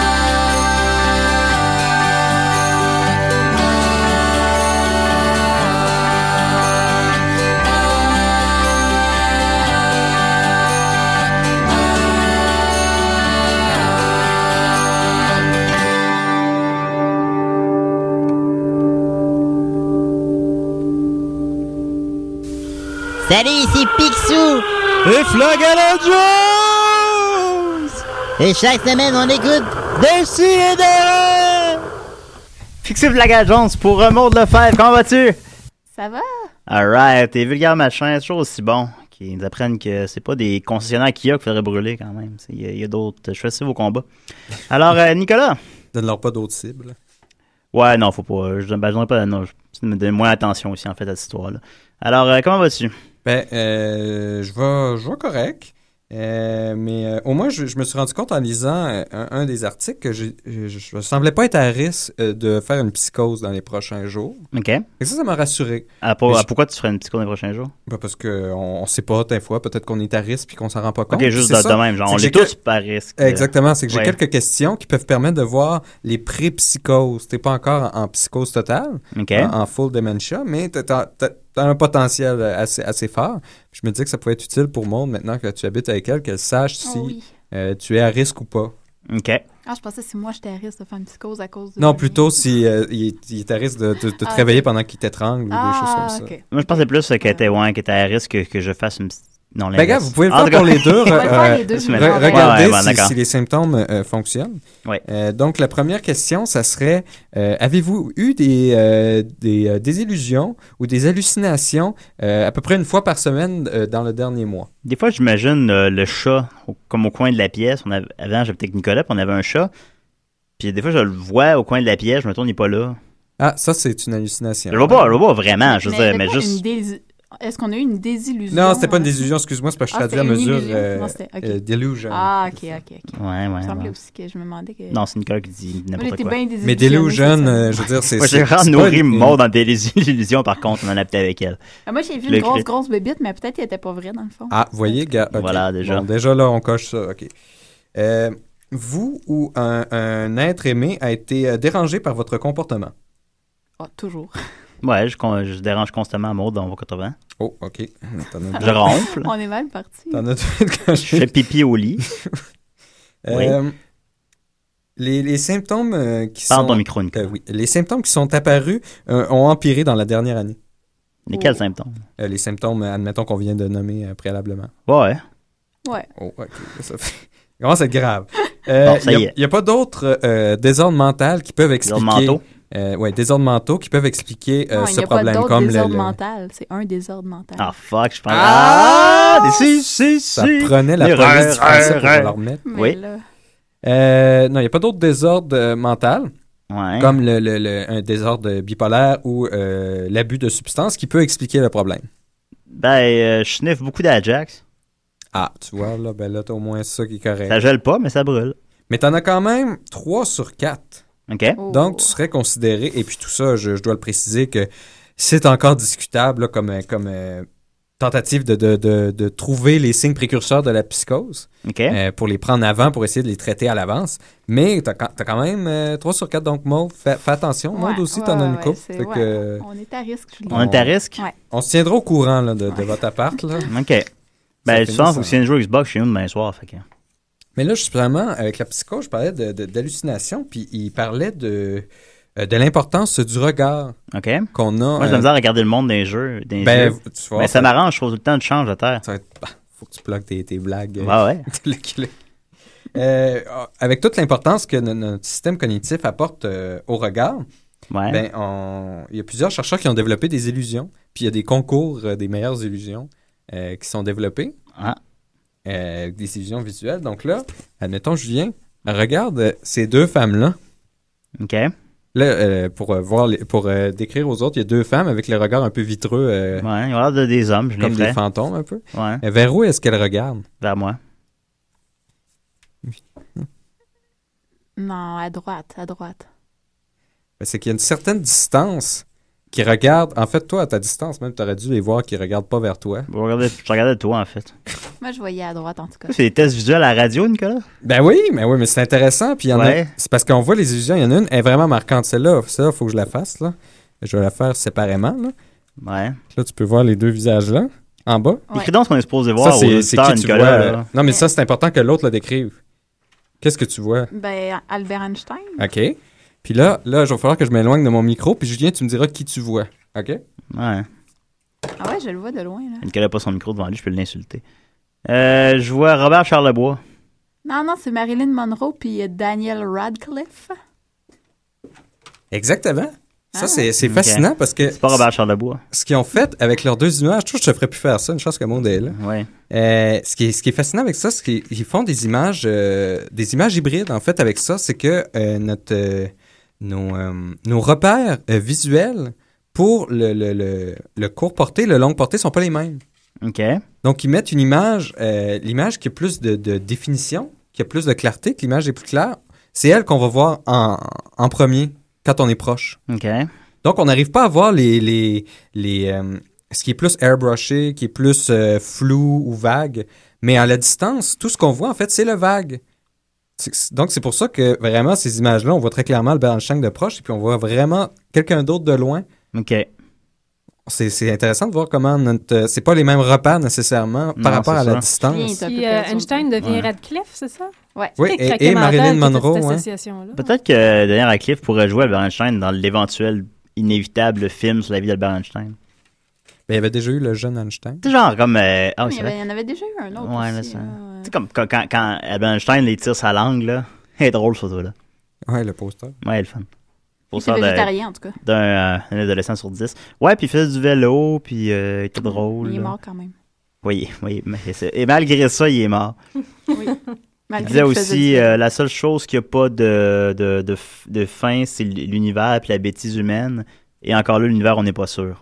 S9: Salut, ici Picsou!
S4: Et Flagala Jones!
S9: Et chaque semaine, on écoute
S4: Des et des Fixé Flagala Jones pour Maud Lefebvre, comment vas-tu?
S7: Ça va?
S4: Alright, tes vulgaires machins, c'est toujours aussi bon. Qui nous apprennent que c'est pas des concessionnaires Kia qu'il faudrait brûler quand même. Il y, y a d'autres. Choisissez vos combats. Alors, euh, Nicolas?
S5: Donne-leur pas d'autres cibles.
S4: Ouais, non, faut pas. Je ne donnerai pas. Non, je me donne moins attention aussi, en fait, à cette histoire-là. Alors, euh, comment vas-tu?
S5: Ben, euh, je vais, je vais correct. Euh, mais euh, au moins, je, je me suis rendu compte en lisant euh, un, un des articles que je ne semblais pas être à risque euh, de faire une psychose dans les prochains jours.
S4: OK.
S5: Et ça, ça m'a rassuré.
S4: Ah, pour,
S5: Mais
S4: ah,
S5: je-
S4: pourquoi tu ferais une psychose dans les prochains jours?
S5: Ben, parce qu'on ne sait pas, des fois, peut-être qu'on est à risque puis qu'on s'en rend pas compte.
S4: OK, juste
S5: C'est
S4: de,
S5: ça.
S4: de même. Genre,
S5: C'est
S4: on
S5: que
S4: est
S5: j'ai
S4: tous
S5: que-
S4: par risque.
S5: Exactement, c'est que j'ai
S4: Ouais.
S5: quelques questions qui peuvent permettre de voir les pré-psychoses. T'es pas encore en, en psychose totale,
S4: OK.
S5: en, en full dementia, mais t'as, t'as- t'as- t'as un potentiel assez, assez fort. Puis je me dis que ça pourrait être utile pour Maud, maintenant que tu habites avec elle, qu'elle sache si
S7: Oh oui.
S5: euh, tu es à risque ou pas.
S4: OK.
S7: Ah, je pensais que c'est moi j'étais à risque de faire une psychose à cause de...
S5: Non, plutôt si euh, il, est- il est à risque de, de- de te
S7: Ah,
S5: réveiller
S7: ok.
S5: pendant qu'il t'étrangle ou des choses
S7: Ah,
S5: comme ça.
S7: OK.
S4: Moi, je pensais plus que t'étais ouais, que t'étais à risque que, que je fasse une. Non,
S5: Ben, gars, vous pouvez le
S4: En
S5: faire
S4: tout cas-
S5: pour les deux.
S7: On va le faire
S5: euh,
S7: les deux.
S4: re-
S5: Re-
S7: finalement.
S5: regardez
S4: Ouais, ouais,
S5: si,
S4: d'accord.
S5: si les symptômes euh, fonctionnent.
S4: Ouais.
S5: Euh, donc, la première question, ça serait euh, avez-vous eu des, euh, des euh, désillusions ou des hallucinations euh, à peu près une fois par semaine euh, dans le dernier mois?
S4: Des fois, j'imagine euh, le chat au- comme au coin de la pièce. On avait, avant, j'habitais avec Nicolas, puis on avait un chat. Puis des fois, je le vois au coin de la pièce, je me tourne, il n'est pas là.
S5: Ah, ça, c'est une hallucination.
S4: Je le vois pas, je le vois vraiment, je veux dire,
S7: de
S4: mais
S7: quoi,
S4: juste.
S7: une dési- Est-ce qu'on a eu une désillusion?
S5: Non, c'était pas une
S7: euh,
S5: désillusion, excuse-moi, c'est parce que je
S7: Ah,
S5: traduis à
S7: c'était une
S5: mesure
S7: illusion?
S5: euh,
S7: Non, c'était- ok.
S5: euh, delusion.
S7: Ah, OK, OK, OK.
S4: Ouais, ouais.
S7: Il me semblait
S4: ouais.
S7: aussi que je me demandais que...
S4: Non, c'est Nicolas qui dit
S7: Moi,
S4: n'importe
S7: j'étais
S4: quoi.
S7: bien
S5: Mais
S7: désillusionnée,
S5: delusion,
S7: c'est ça.
S5: euh, je veux dire, c'est...
S4: Moi, j'ai
S5: c'est-
S4: vraiment
S5: c'est
S4: nourri
S5: pas une-
S4: Maud dans des illusions, par contre, on en habitait avec elle.
S7: Ah, moi, j'ai vu
S4: Le
S7: une grosse,
S4: cri-
S7: grosse bébite, mais peut-être qu'elle était pas vraie, dans le fond.
S5: Ah, vous voyez, gars. ok.
S4: Voilà, déjà.
S5: Bon, déjà, là, on coche ça, OK. Euh, vous ou un, un être aimé a été euh, dérangé par votre comportement?
S7: Ah, toujours.
S4: Ouais, je, con- je dérange constamment Maud dans vos quatre-vingts.
S5: Oh, OK. T'en as,
S4: Je ronfle.
S7: On est mal parti.
S5: t'en as tout
S4: Je fais pipi au lit.
S5: Euh, les, les symptômes euh, qui
S4: Parle
S5: sont...
S4: ton micro, Nicolas.
S5: Euh, oui. Les symptômes qui sont apparus euh, ont empiré dans la dernière année.
S4: Lesquels
S7: Oh.
S4: symptômes?
S5: Euh, les symptômes, euh, admettons qu'on vient de nommer euh, préalablement.
S4: Ouais.
S7: Ouais.
S5: Oh, OK. Ça fait... Ça commence à être grave. Euh,
S4: Bon, ça
S5: Il
S4: y
S5: n'y a,
S4: est.
S5: il y a pas d'autres euh, désordres mentaux qui peuvent expliquer...
S4: Désordres mentaux?
S5: Euh, ouais, désordres mentaux qui peuvent expliquer euh,
S7: Non,
S5: ce
S7: il n'y a pas
S5: problème.
S7: d'autre
S5: Comme le,
S7: désordre
S5: le-
S7: mental. C'est un désordre mental.
S4: Ah, fuck, je pense.
S5: Ah!
S4: Ah! Si, si, si.
S5: Ça prenait la
S4: Les
S5: police
S4: reurs,
S5: du français
S4: reurs,
S5: pour
S4: reurs.
S5: leur remettre.
S7: Mais
S4: oui.
S7: là,
S5: Euh, non, il n'y a pas d'autres désordres euh, mentaux,
S4: Ouais.
S5: comme le, le- le- un désordre bipolaire ou euh, l'abus de substances qui peut expliquer le problème.
S4: Ben, euh, je sniffe beaucoup d'Ajax.
S5: Ah, tu vois, là, ben là, t'as au moins ça qui est correct.
S4: Ça gèle pas, mais ça brûle.
S5: Mais t'en as quand même trois sur quatre.
S4: OK?
S7: Oh.
S5: Donc, tu serais considéré, et puis tout ça, je, je dois le préciser, que c'est encore discutable là, comme, euh, comme euh, tentative de, de, de, de trouver les signes précurseurs de la psychose
S4: OK?
S5: euh, pour les prendre avant, pour essayer de les traiter à l'avance. Mais t'as, quand- t'as quand même euh, trois sur quatre, donc Maud, fais, fais attention. Maud
S7: Ouais,
S5: aussi,
S7: ouais,
S5: t'en as une
S7: ouais,
S5: coupe.
S7: c'est-
S5: Fait
S7: ouais.
S5: que,
S7: On est à risque, Julie.
S4: On est à risque?
S7: Ouais.
S5: on se tiendra au courant là, de, de votre appart. Là.
S4: OK. Ben,
S5: finit
S4: souvent,
S5: ça.
S4: faut que c'est une jouer Xbox chez nous demain soir. Fait que...
S5: Mais là, justement, avec la psychose, je parlais de, de- d'hallucination, puis il parlait de, euh, de l'importance du regard
S4: OK?
S5: qu'on a.
S4: Moi, j'ai de la
S5: euh,
S4: misère à regarder le monde des jeux. Des
S5: ben,
S4: jeux.
S5: tu vois,
S4: Mais ça m'arrange, je trouve tout le temps du change de terre.
S5: ça va être- bah, faut que tu plugues tes, tes blagues. euh,
S4: Ouais, ouais.
S5: le clé. Euh, avec toute l'importance que no- notre système cognitif apporte euh, au regard,
S4: Ouais.
S5: ben, on- il y a plusieurs chercheurs qui ont développé des illusions, puis il y a des concours euh, des meilleures illusions euh, qui sont développés,
S4: Ah.
S5: euh, des illusions visuelles. Donc là, admettons, Julien, regarde euh, ces deux femmes-là.
S4: OK?
S5: Là, euh, pour euh, voir, les- pour euh, décrire aux autres, il y a deux femmes avec le regard un peu vitreux, euh,
S4: Ouais, ils ont l'air de des hommes, je les
S5: comme des
S4: ferais.
S5: fantômes un peu.
S4: Ouais,
S5: Euh, vers où est-ce qu'elles regardent?
S4: vers moi.
S7: Non, à droite, à droite.
S5: Ben, c'est qu'il y a une certaine distance qui regarde. En fait, toi, à ta distance, même, tu aurais dû les voir qui ne regardent pas vers toi.
S4: Je regardais, je regardais toi, en fait.
S7: Moi, je voyais à droite, en tout cas.
S4: C'est des tests visuels à la radio, Nicolas?
S5: Ben oui, mais oui, mais c'est intéressant. Puis il y en
S4: Ouais.
S5: a. C'est parce qu'on voit les illusions. Il y en a une, elle est vraiment marquante. Celle-là, celle-là, il faut que je la fasse. Là. Je vais la faire séparément. Là,
S4: Ouais.
S5: là tu peux voir les deux visages là, en bas.
S7: Ouais.
S4: Écris donc ce qu'on est supposé voir
S5: Ça,
S4: aux
S5: c'est, c'est
S4: auditeurs,
S5: qui tu
S4: Nicolas.
S5: vois.
S4: là.
S5: euh, Non, mais ça, c'est important que l'autre le décrive. Qu'est-ce que tu vois?
S7: Ben, Albert Einstein.
S5: OK. Puis là, là, il va falloir que je m'éloigne de mon micro. Puis Julien, tu me diras qui tu vois. OK?
S4: Ouais.
S7: Ah ouais, je le vois de loin, là.
S4: Nicolas n'a pas son micro devant lui, je peux l'insulter. Euh, je vois Robert Charlebois.
S7: Non, non, c'est Marilyn Monroe puis euh, Daniel Radcliffe.
S5: Exactement. Ça,
S7: Ah.
S5: c'est, c'est
S4: Ok.
S5: fascinant parce que
S4: C'est pas Robert Charlebois.
S5: ce qu'ils ont fait avec leurs deux images, je trouve que je ne ferais plus faire ça, une chance que Maud est là.
S4: Ouais.
S5: Euh, ce, qui est, ce qui est fascinant avec ça, c'est qu'ils ils font des images, euh, des images hybrides, en fait, avec ça, c'est que euh, notre, euh, nos, euh, nos repères euh, visuels pour le, le, le, le court portée, le long portée, sont pas les mêmes.
S4: OK.
S5: Donc, ils mettent une image, euh, l'image qui a plus de, de définition, qui a plus de clarté, que l'image est plus claire, c'est elle qu'on va voir en, en premier, quand on est proche.
S4: OK.
S5: Donc, on n'arrive pas à voir les, les, les, euh, ce qui est plus airbrushé, qui est plus euh, flou ou vague. Mais à la distance, tout ce qu'on voit, en fait, c'est le vague. C'est- Donc, c'est pour ça que vraiment, ces images-là, on voit très clairement Albert Einstein de proche et puis on voit vraiment quelqu'un d'autre de loin.
S4: OK.
S5: C'est, c'est intéressant de voir comment notre. euh, c'est pas les mêmes repères nécessairement par
S4: Non,
S5: rapport
S4: c'est
S5: à la
S4: ça.
S5: distance.
S7: Julien est un peu
S6: Puis euh,
S7: perturbé.
S6: Einstein devient
S4: Ouais.
S6: Radcliffe, c'est ça?
S7: Ouais.
S5: Oui,
S6: Très
S5: et,
S6: craqué
S5: et
S6: mental
S5: Marilyn
S6: qui a fait
S5: Monroe.
S6: cette
S5: hein.
S6: association-là.
S4: Peut-être que Daniel Radcliffe pourrait jouer Albert Einstein dans l'éventuel inévitable film sur la vie d'Albert Einstein.
S5: Ben, il y avait déjà eu le jeune Einstein.
S4: C'est genre comme... euh, Ah,
S7: Mais
S4: c'est
S7: il y,
S4: vrai.
S7: avait- il y en avait déjà eu un autre
S4: Ouais, là,
S7: aussi.
S4: ça-
S7: là, ouais.
S4: Tu sais, comme quand, quand, quand Albert Einstein les tire sa langue, là. Elle est drôle, cette photo-là.
S5: Ouais, le poster.
S4: Ouais, elle est le fun.
S7: Il
S4: Poster
S7: était
S4: de-
S7: végétarien, en tout cas.
S4: d'un euh, un adolescent sur dix. Ouais, puis il faisait du vélo, puis euh, il était drôle.
S7: Il est
S4: là.
S7: mort quand même.
S4: Oui, oui. Mais c'est- et malgré ça, il est mort.
S7: Oui.
S4: Il
S7: Malgré
S4: disait
S7: qu'il faisait
S4: aussi,
S7: du-
S4: euh, la seule chose qui n'a pas de, de, de, f- de fin, c'est l'univers et la bêtise humaine. Et encore là, l'univers, on n'est pas sûr.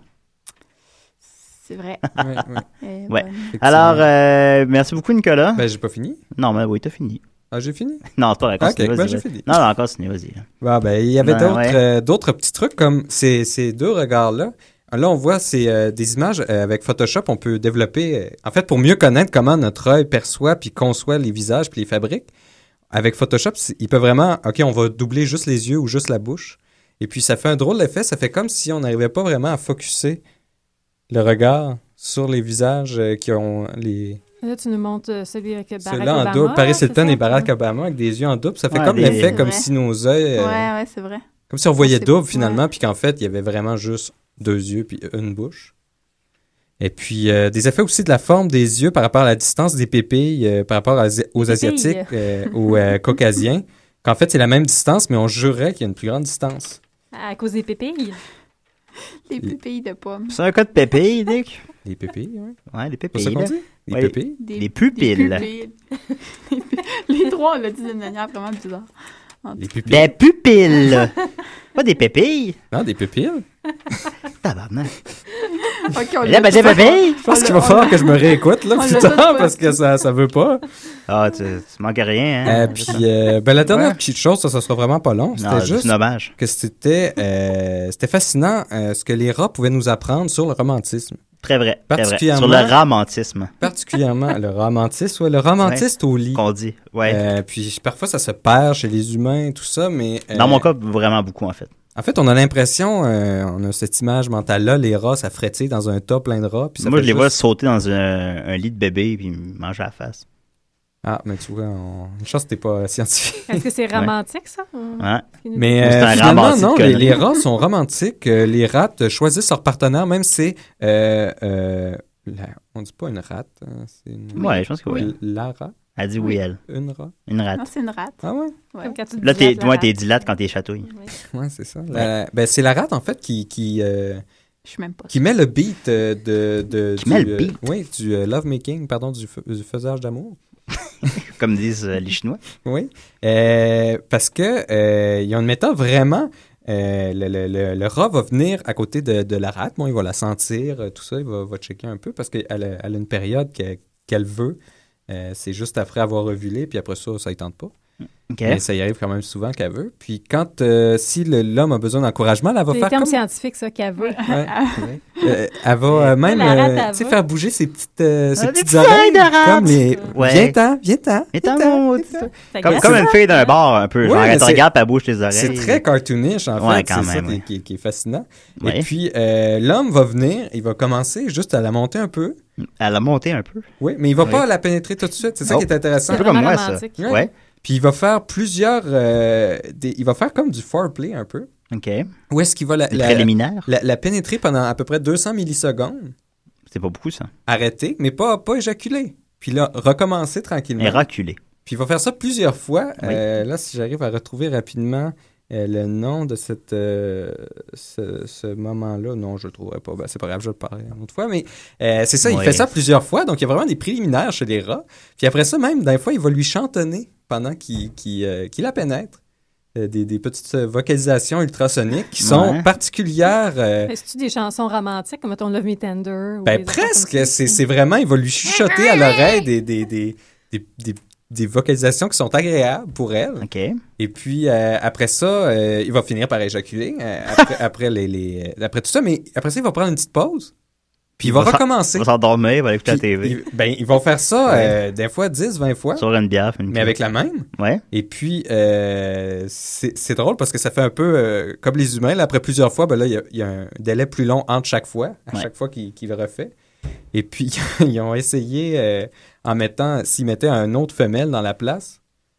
S7: C'est vrai.
S5: Ouais, ouais.
S7: Eh,
S4: Ouais.
S7: bonne.
S4: Alors, euh, merci beaucoup, Nicolas.
S5: Ben, j'ai pas fini.
S4: Non, mais oui, t'as fini.
S5: Ah, j'ai fini?
S4: Non, c'est pas vrai.
S5: Ok,
S4: continue,
S5: ben,
S4: vas-y,
S5: j'ai
S4: vas-y.
S5: fini.
S4: Non, non, encore, continue, vas-y. là.
S5: Ah, ben, il y avait
S4: Ben,
S5: d'autres,
S4: ouais.
S5: euh, d'autres petits trucs comme ces, ces deux regards-là. Là, on voit c'est, euh, des images euh, avec Photoshop. On peut développer, euh, en fait, pour mieux connaître comment notre œil perçoit puis conçoit les visages puis les fabrique. Avec Photoshop, c'est- il peut vraiment, OK, on va doubler juste les yeux ou juste la bouche. Et puis, ça fait un drôle d'effet. Ça fait comme si on n'arrivait pas vraiment à focusser le regard sur les visages euh, qui ont les...
S6: Là, tu nous montres euh, celui avec Barack
S5: Ceux-là en
S6: Obama.
S5: double. Paris
S6: c'est
S5: Hilton
S6: ça?
S5: et Barack Obama avec des yeux en double. Ça fait
S4: Ouais,
S5: comme
S4: des-
S5: l'effet
S7: C'est
S5: comme
S7: vrai.
S5: si nos yeux... euh,
S7: Ouais, ouais, c'est vrai.
S5: Comme si on voyait
S7: C'est
S5: double
S7: pas-
S5: finalement,
S7: ouais.
S5: puis qu'en fait, il y avait vraiment juste deux yeux puis une bouche. Et puis, euh, des effets aussi de la forme des yeux par rapport à la distance des pupilles, euh, par rapport à- aux
S6: Les pupilles.
S5: Asiatiques euh, ou euh, Caucasiens. Qu'en fait, c'est la même distance, mais on jurait qu'il y a une plus grande distance.
S6: À cause des pépilles.
S7: Les pupilles de pommes.
S4: C'est un cas de pépille, Dick?
S5: Les pupilles, oui.
S4: Ouais, des
S5: C'est ça
S4: pépilles.
S5: qu'on
S4: là.
S5: dit? Les
S4: Ouais.
S5: pupilles?
S7: Des,
S4: Les pupilles.
S7: des pupilles. Les trois, on l'a dit d'une manière vraiment bizarre.
S5: Les pupilles.
S4: Des pupilles! Pas des pépilles!
S5: Non, des pupilles.
S4: Tabarnak.
S7: OK, on
S4: Là,
S7: l'a
S4: ben,
S7: tout-
S4: des pépilles!
S5: Je pense
S7: On
S5: qu'il
S7: l'a-
S5: va
S7: on
S5: falloir
S7: l'a-
S5: que je me réécoute là,
S7: on
S5: plus
S7: l'a tout
S5: tard
S7: pas
S5: parce que ça, ça veut pas.
S4: Ah, tu, tu manques rien, hein?
S5: Euh, puis, euh, ben, la dernière
S4: Ouais.
S5: petite chose, ça, ça sera vraiment pas long. C'était
S4: Non,
S5: juste
S4: c'est dommage.
S5: que c'était, euh, c'était fascinant euh, ce que les rats pouvaient nous apprendre sur le romantisme.
S4: Très vrai. Très vrai.
S5: Particulièrement-
S4: Sur le romantisme,
S5: Particulièrement le romantisme, ouais, le romantiste au lit.
S4: qu'on dit. Ouais.
S5: Euh, puis parfois, ça se perd chez les humains, tout ça, mais... euh,
S4: Dans mon cas, vraiment beaucoup, en fait.
S5: En fait, on a l'impression, euh, on a cette image mentale-là, les rats, ça frétille dans un tas plein de rats. Puis ça
S4: Moi,
S5: fait
S4: je les
S5: juste-
S4: vois sauter dans un, un lit de bébé puis me manger à la face.
S5: Ah, mais tu vois, on... une chance que t'es pas scientifique.
S6: Est-ce que c'est romantique, ça?
S4: Ouais.
S5: Mais
S4: Ou c'est
S5: euh,
S4: un
S5: finalement,
S4: ramassis de
S5: non, les,
S4: conneries.
S5: les rats sont romantiques. Euh, les rats euh, choisissent leur partenaire, même si c'est... Euh, euh, la- on dit pas une rate, hein, c'est une...
S4: Ouais, je pense que oui.
S5: L- La rat?
S4: Elle dit oui, elle.
S5: Une rat?
S4: Une
S7: Non,
S4: rate.
S7: c'est une rate.
S5: Ah ouais?
S7: Ouais.
S6: Comme quand tu
S4: Là, t'es,
S6: dilates la
S4: ouais,
S6: rate.
S4: t'es dilate quand t'es chatouille.
S5: Ouais, c'est ça. La- ben, c'est la rate, en fait, qui... qui euh,
S7: Je suis même pas
S5: Qui met le beat euh, de, de
S4: Qui
S5: du,
S4: met le
S5: euh,
S4: beat?
S5: oui, du euh, love making, pardon, du, f- du faisage d'amour.
S4: Comme disent euh, les Chinois.
S5: Oui, Euh, parce que euh, ils ont une méthode vraiment. euh, le, le, le, le rat va venir à côté de, de la rate. Bon, il va la sentir, euh, tout ça, il va, va checker un peu parce qu'elle a, elle a une période qu'elle, qu'elle veut. Euh, c'est juste après avoir ovulé, puis après ça, ça ne tente pas.
S4: OK.
S5: Mais ça y arrive quand même souvent qu'elle veut. Puis quand, euh, si le- l'homme a besoin d'encouragement, elle va
S6: C'est des
S5: faire
S6: termes
S5: comme...
S6: scientifiques, ça, qu'elle veut.
S5: Ouais, ouais. Euh, elle va euh, même
S6: La rate,
S5: euh,
S6: elle
S5: tu sais,
S6: va.
S5: faire bouger ses petites, euh, ses
S4: Ah, des
S5: petites
S4: petites
S5: oreilles.
S4: oreilles de rate.
S5: Comme les...
S4: Ouais.
S5: Viens-t'en, viens-t'en.
S4: Et t'en
S5: viens-t'en,
S4: mon-
S5: viens-t'en.
S4: Comme,
S6: T'as
S4: comme
S6: gagné.
S4: une fille d'un bar, un peu.
S5: Ouais,
S4: Genre,
S5: mais
S4: elle te
S5: c'est-
S4: regarde, puis elle bouge tes oreilles.
S5: C'est très cartoonish, en
S4: Ouais,
S5: fait.
S4: quand
S5: c'est
S4: même,
S5: ça qui,
S4: ouais.
S5: qui- qui est fascinant.
S4: Ouais.
S5: Et puis, euh, l'homme va venir, il va commencer juste à la monter un peu.
S4: Elle a monté un peu.
S5: Oui, mais il va
S4: Ouais.
S5: pas la pénétrer tout de suite. C'est ça
S4: Oh.
S5: qui est intéressant.
S4: Un peu comme
S6: vraiment
S4: moi, ça.
S6: romantique.
S5: Ouais.
S4: Ouais.
S5: Puis il va faire plusieurs... euh, des- il va faire comme du foreplay un peu.
S4: OK.
S5: Où est-ce qu'il va la,
S4: Des
S5: la,
S4: préliminaires.
S5: la- la pénétrer pendant à peu près deux cents millisecondes,
S4: C'est pas beaucoup, ça.
S5: arrêter, mais pas, pas éjaculer. Puis là, recommencer tranquillement.
S4: Et reculé.
S5: Puis il va faire ça plusieurs fois.
S4: Oui.
S5: Euh, là, si j'arrive à retrouver rapidement euh, le nom de cette, euh, ce, ce moment-là, non, je le trouverai pas. Ben, c'est pas grave, je vais le parler une autre fois. Mais euh, c'est ça, il
S4: Oui.
S5: fait ça plusieurs fois. Donc, il y a vraiment des préliminaires chez les rats. Puis après ça, même, des fois, il va lui chantonner pendant qu'il qu'il, euh, qu'il la pénètre. Euh, des, des petites euh, vocalisations ultrasoniques qui sont
S4: Ouais.
S5: particulières. euh,
S6: Est-ce que des chansons romantiques, comme mettons Love Me Tender? ou
S5: ben,
S6: des affaires
S5: presque.
S6: comme ça?
S5: C'est, c'est vraiment, il va lui chuchoter à l'oreille des, des, des, des, des, des vocalisations qui sont agréables pour elle.
S4: OK.
S5: Et puis, euh, après ça, euh, il va finir par éjaculer, euh, après, après, les, les, euh, après tout ça. Mais après ça, il va prendre une petite pause. Puis il va,
S4: Il va s'en-
S5: recommencer.
S4: Il va s'endormir, il va aller écouter
S5: Puis
S4: la T V.
S5: il- ben, ils vont faire ça
S4: Ouais.
S5: euh, des fois dix, vingt fois,
S4: Sur une bière. Une
S5: mais avec la même.
S4: Ouais.
S5: Et puis, euh, c'est c'est drôle parce que ça fait un peu euh, comme les humains. Là, après plusieurs fois, ben là, il y a- il y, a un délai plus long entre chaque fois, à
S4: Ouais.
S5: chaque fois qu'il qu'il le refait. Et puis, ils ont essayé, euh, en mettant, s'ils mettaient un autre femelle dans la place,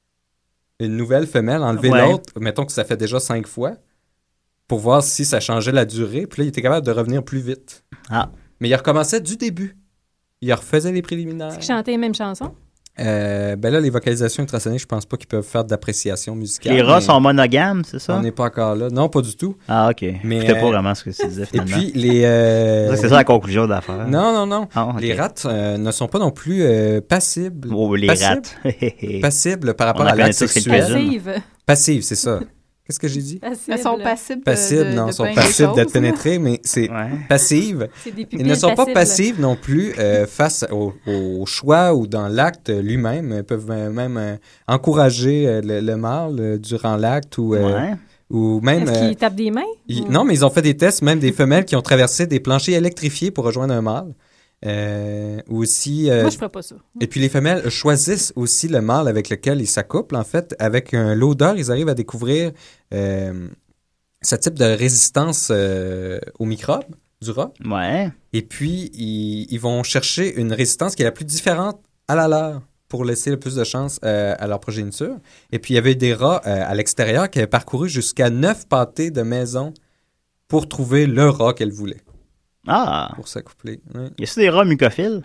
S5: une nouvelle femelle, enlever
S4: Ouais.
S5: l'autre, mettons que ça fait déjà cinq fois, pour voir si ça changeait la durée. Puis là, il était capable de revenir plus vite.
S4: Ah.
S5: Mais il recommençait du début. Il refaisait les préliminaires.
S6: Est-ce qu'ils chantaient les mêmes chansons?
S5: Euh, ben là, les vocalisations ultrasoniques, je pense pas qu'ils peuvent faire d'appréciation musicale.
S4: Les rats
S5: mais
S4: sont monogames, c'est ça?
S5: On n'est pas encore là. Non, pas du tout.
S4: Ah, OK.
S5: Mais,
S4: Je sais pas
S5: euh,
S4: vraiment ce que tu disais,
S5: Et
S4: finalement.
S5: puis, les... euh,
S4: C'est ça la conclusion de l'affaire.
S5: Non, non, non.
S4: Ah, ok.
S5: Les rats euh, ne sont pas non plus euh, passibles.
S4: Oh, les
S5: Passibles?
S4: rats.
S5: Passibles par rapport
S4: On en
S5: à l'acte
S4: connaît tous
S5: sexuel.
S4: quelques-unes.
S6: Passive.
S5: Passives, c'est ça. Qu'est-ce que j'ai dit?
S6: Passible.
S7: Elles sont passibles. de-
S5: Passibles,
S7: de-
S5: non,
S7: de
S5: sont
S7: bien
S5: passibles
S7: des
S5: d'être
S7: choses,
S5: pénétrées, mais c'est
S4: Ouais.
S5: passives.
S6: C'est des
S5: Ils
S6: pupilles
S5: ne sont pas
S6: passibles.
S5: passives non plus euh, face au, au choix ou dans l'acte lui-même. Ils peuvent euh, même euh, encourager euh, le, le mâle euh, durant l'acte ou, euh,
S4: Ouais.
S5: ou même...
S6: Est-ce
S5: euh,
S6: qu'ils tapent des mains?
S5: ils-
S6: Ou-
S5: Non, mais ils ont fait des tests, même des femelles qui ont traversé des planchers électrifiés pour rejoindre un mâle. Euh, ou aussi... euh,
S6: Moi, je ferais pas ça.
S5: Et puis les femelles choisissent aussi le mâle avec lequel ils s'accouplent. En fait, avec euh, l'odeur, ils arrivent à découvrir euh, ce type de résistance euh, aux microbes du rat.
S4: Ouais.
S5: Et puis, ils, ils vont chercher une résistance qui est la plus différente à la leur pour laisser le plus de chance euh, à leur progéniture. Et puis, il y avait des rats euh, à l'extérieur qui avaient parcouru jusqu'à neuf pâtés de maison pour trouver le rat qu'elles voulaient,
S4: Ah.
S5: pour s'accoupler. Ouais.
S4: Y a-t-il des rats mucophiles?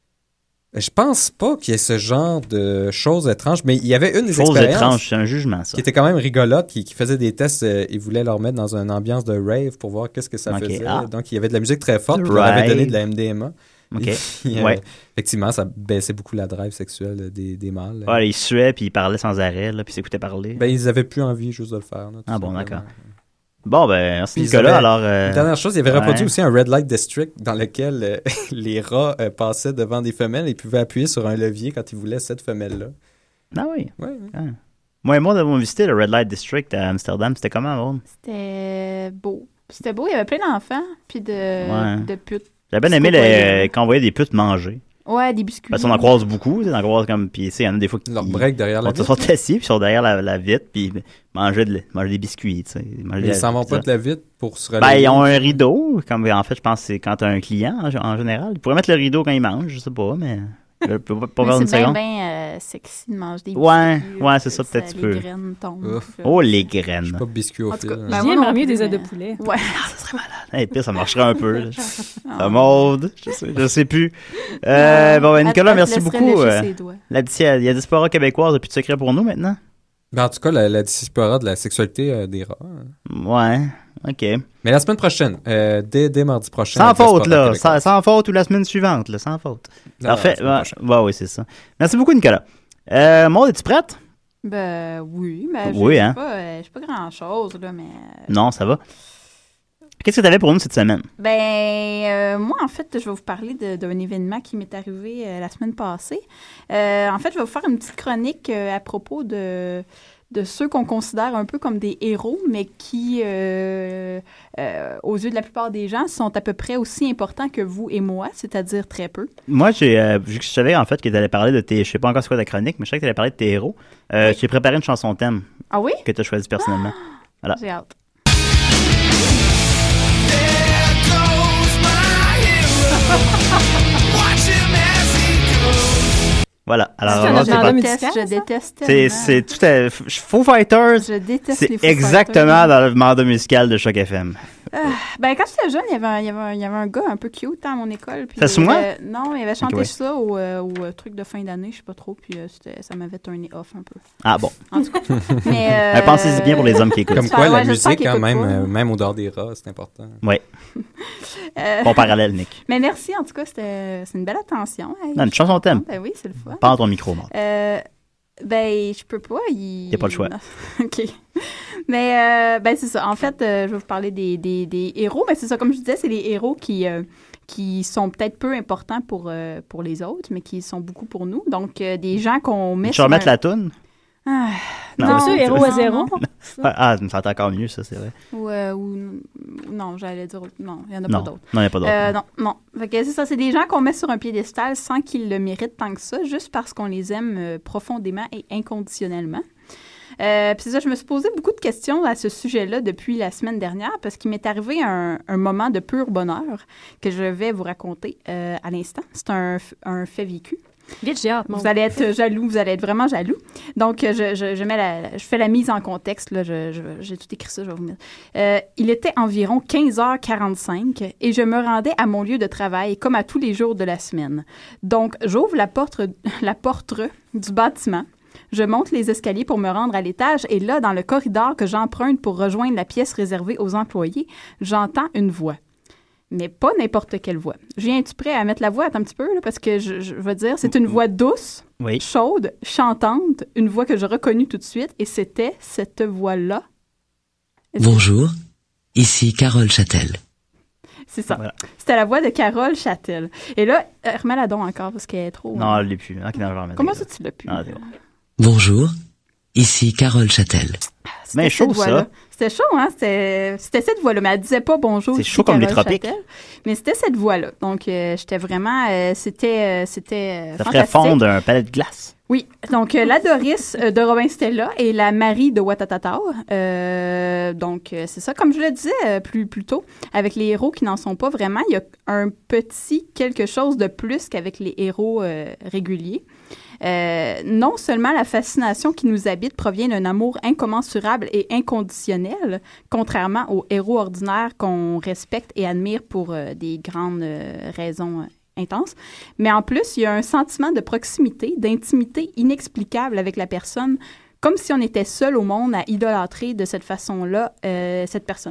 S5: Je pense pas qu'il y ait ce genre de choses étranges, mais il y avait une des
S4: Chose
S5: expériences
S4: étrange, c'est un jugement, ça.
S5: qui était quand même rigolote, qui, qui faisait des tests. Euh, ils voulaient leur mettre dans une ambiance de rave pour voir qu'est-ce que ça
S4: Ok,
S5: faisait.
S4: ah.
S5: Donc, il y avait de la musique très forte,
S4: De
S5: puis ils leur avaient
S4: rave.
S5: donné de la M D M A.
S4: OK.
S5: Et, euh,
S4: ouais.
S5: Effectivement, ça baissait beaucoup la drive sexuelle des, des mâles.
S4: Ouais, ils suaient, puis ils parlaient sans arrêt, là, puis ils s'écoutaient parler.
S5: Ben, ils avaient plus envie juste de le faire. Là,
S4: ah bon,
S5: simplement.
S4: d'accord. Bon, ben, merci
S5: Puis
S4: Nicolas,
S5: avaient,
S4: alors... Euh...
S5: Une dernière chose, il avait
S4: ouais.
S5: reproduit aussi un Red Light District dans lequel euh, les rats euh, passaient devant des femelles et pouvaient appuyer sur un levier quand ils voulaient cette femelle-là.
S4: Ah oui?
S5: Ouais, ouais.
S4: Ah. Moi et moi, nous avons visité le Red Light District à Amsterdam. C'était comment, Maud?
S7: C'était beau. C'était beau, il y avait plein d'enfants, puis de,
S4: ouais.
S7: de putes.
S4: J'avais bien aimé les... quand on voyait des putes manger.
S7: Ouais, des biscuits.
S4: Parce qu'on en croise beaucoup, on en croise comme, puis tu sais, il y en a des fois qui...
S5: Leur break derrière la vitre.
S4: Ils sont assis, puis ils sont derrière la, la vitre, puis manger, de, manger des biscuits, tu sais.
S5: Mais ils s'en vont pas de la vitre pour se
S4: relayer. Ben, ils ont un rideau, comme en fait, je pense que c'est quand tu as un client, en, en général. Ils pourraient mettre le rideau quand ils mangent, je sais pas, mais... Je peux pas, pas
S7: mais
S4: une
S7: c'est
S4: seconde.
S7: bien, bien euh, sexy de manger des biscuits.
S4: Ouais, ouais, c'est ça, peut-être
S7: ça,
S4: tu peux.
S7: Les graines tombent.
S4: Ouf. Oh, les graines.
S5: Je suis pas biscuit au fil.
S6: Ben j'aimerais mieux des œufs de poulet.
S7: Ouais.
S4: Ah, ça serait malade. Hey, pire, ça marcherait un peu. Ça mode. Je sais, je sais plus. Euh, bon, ben, Nicolas, merci beaucoup. Euh, la, il y a Diaspora québécoise, plus de secret pour nous maintenant?
S5: Ben, en tout cas, la, la diaspora de la sexualité euh, des rats.
S4: Ouais, OK.
S5: Mais la semaine prochaine, euh, dès, dès mardi prochain.
S4: Sans faute, là. Sans, sans faute ou la semaine suivante, là. Sans faute.
S5: Non,
S4: parfait. Ouais, ouais, oui, c'est ça. Merci beaucoup, Nicolas. Euh, Maud, es-tu prête?
S7: Ben, oui. Mais
S4: oui,
S7: je
S4: hein?
S7: pas, euh, je sais pas grand-chose, là, mais...
S4: Non, ça va. Qu'est-ce que tu avais pour nous cette semaine?
S7: Ben, euh, moi, en fait, je vais vous parler de, d'un événement qui m'est arrivé euh, la semaine passée. Euh, en fait, je vais vous faire une petite chronique euh, à propos de, de ceux qu'on considère un peu comme des héros, mais qui, euh, euh, aux yeux de la plupart des gens, sont à peu près aussi importants que vous et moi, c'est-à-dire très peu.
S4: Moi, j'ai, euh, vu que je savais, en fait, que tu allais parler de tes... Je sais pas encore c'est quoi ta chronique, mais je savais que tu allais parler de tes héros. Euh, oui. J'ai préparé une chanson thème.
S7: Ah oui?
S4: Que tu as choisie personnellement.
S7: Ah,
S4: voilà.
S7: J'ai hâte.
S4: Voilà. Alors,
S7: c'est
S4: alors,
S7: je, déteste, je déteste
S4: c'est, c'est tout à Foo Fighters.
S7: Je déteste
S4: c'est
S7: les Foo
S4: exactement
S7: Fighters.
S4: dans le mandat musical de Choc F M.
S7: Euh, ben, quand j'étais jeune, il y avait un, il y avait un, il y avait un gars un peu cute à mon école. Puis
S4: ça se moi?
S7: Euh, non, il avait chanté
S4: okay, ouais.
S7: ça au, euh, au euh, truc de fin d'année, je sais pas trop, puis euh, c'était, ça m'avait turné off un peu.
S4: Ah bon.
S7: En tout cas. Mais, euh,
S4: pensez-y bien pour les hommes qui écoutent.
S5: Comme quoi,
S7: ouais,
S5: la musique, quand même,
S7: pas,
S5: euh, même au dehors des rats, c'est important.
S4: Oui.
S7: euh,
S4: bon parallèle, Nick.
S7: Mais merci, en tout cas, c'était, c'est une belle attention. Hey,
S4: non, une chanson thème.
S7: Ben oui, c'est le fun.
S4: Pas ton micro, moi.
S7: Euh, ben, je peux pas. Il
S4: n'y a pas le choix.
S7: OK. Mais, euh, ben, c'est ça. En fait, euh, je vais vous parler des, des, des héros. Mais c'est ça, comme je disais, c'est les héros qui, euh, qui sont peut-être peu importants pour, euh, pour les autres, mais qui sont beaucoup pour nous. Donc, euh, des gens qu'on met.
S4: Tu vas remettre un... la toune?
S7: Ah,
S6: non, non c'est héros à zéro.
S4: Ah, ça me encore mieux, ça, c'est vrai.
S7: Ou, euh, ou non, j'allais dire. Non, il n'y en a
S4: non,
S7: pas d'autres.
S4: Non, il n'y en a pas d'autres.
S7: Euh, non, non. Fait que c'est ça, c'est des gens qu'on met sur un piédestal sans qu'ils le méritent tant que ça, juste parce qu'on les aime euh, profondément et inconditionnellement. Euh, puis c'est ça, je me suis posé beaucoup de questions à ce sujet-là depuis la semaine dernière parce qu'il m'est arrivé un, un moment de pur bonheur que je vais vous raconter euh, à l'instant. C'est un, un fait vécu.
S6: Vite, j'ai hâte.
S7: Vous allez être jaloux, vous allez être vraiment jaloux. Donc, je, je, je, mets la, je fais la mise en contexte. Là, je, je, j'ai tout écrit ça, je vais vous mettre. Euh, il était environ quinze heures quarante-cinq et je me rendais à mon lieu de travail comme à tous les jours de la semaine. Donc, j'ouvre la porte, la porte du bâtiment. Je monte les escaliers pour me rendre à l'étage et là, dans le corridor que j'emprunte pour rejoindre la pièce réservée aux employés, j'entends une voix. Mais pas n'importe quelle voix. Viens-tu prêt à mettre la voix? Attends un petit peu, là, parce que je, je veux dire, c'est une voix douce,
S4: oui.
S7: chaude, chantante, une voix que je reconnus tout de suite, et c'était cette voix-là. Est-ce
S10: Bonjour, que... ici Carole Châtel.
S7: C'est ça. Voilà. C'était la voix de Carole Châtel. Et là, euh, remets-la donc encore, parce qu'elle est trop...
S4: Non, elle ne l'est plus. Okay, non,
S7: Comment ça, tu l'as plus?
S4: Ah, bon.
S10: Bonjour, ici Carole Châtel.
S4: Mais chaud, ça.
S7: C'était chaud, hein? C'était, c'était cette voix-là. Mais elle disait pas bonjour.
S4: C'est chaud comme les tropiques.
S7: Châtel, mais c'était cette voix-là. Donc, euh, j'étais vraiment... Euh, c'était... Euh, c'était
S4: ça ferait fondre un palais de glace.
S7: Oui. Donc, euh, la Doris euh, de Robin Stella et la Marie de Watatata. Euh, donc, euh, c'est ça. Comme je le disais euh, plus, plus tôt, avec les héros qui n'en sont pas vraiment, il y a un petit quelque chose de plus qu'avec les héros euh, réguliers. Euh, non seulement la fascination qui nous habite provient d'un amour incommensurable et inconditionnel, contrairement aux héros ordinaires qu'on respecte et admire pour euh, des grandes euh, raisons euh, intenses, mais en plus, il y a un sentiment de proximité, d'intimité inexplicable avec la personne, comme si on était seul au monde à idolâtrer de cette façon-là euh, cette personne-là.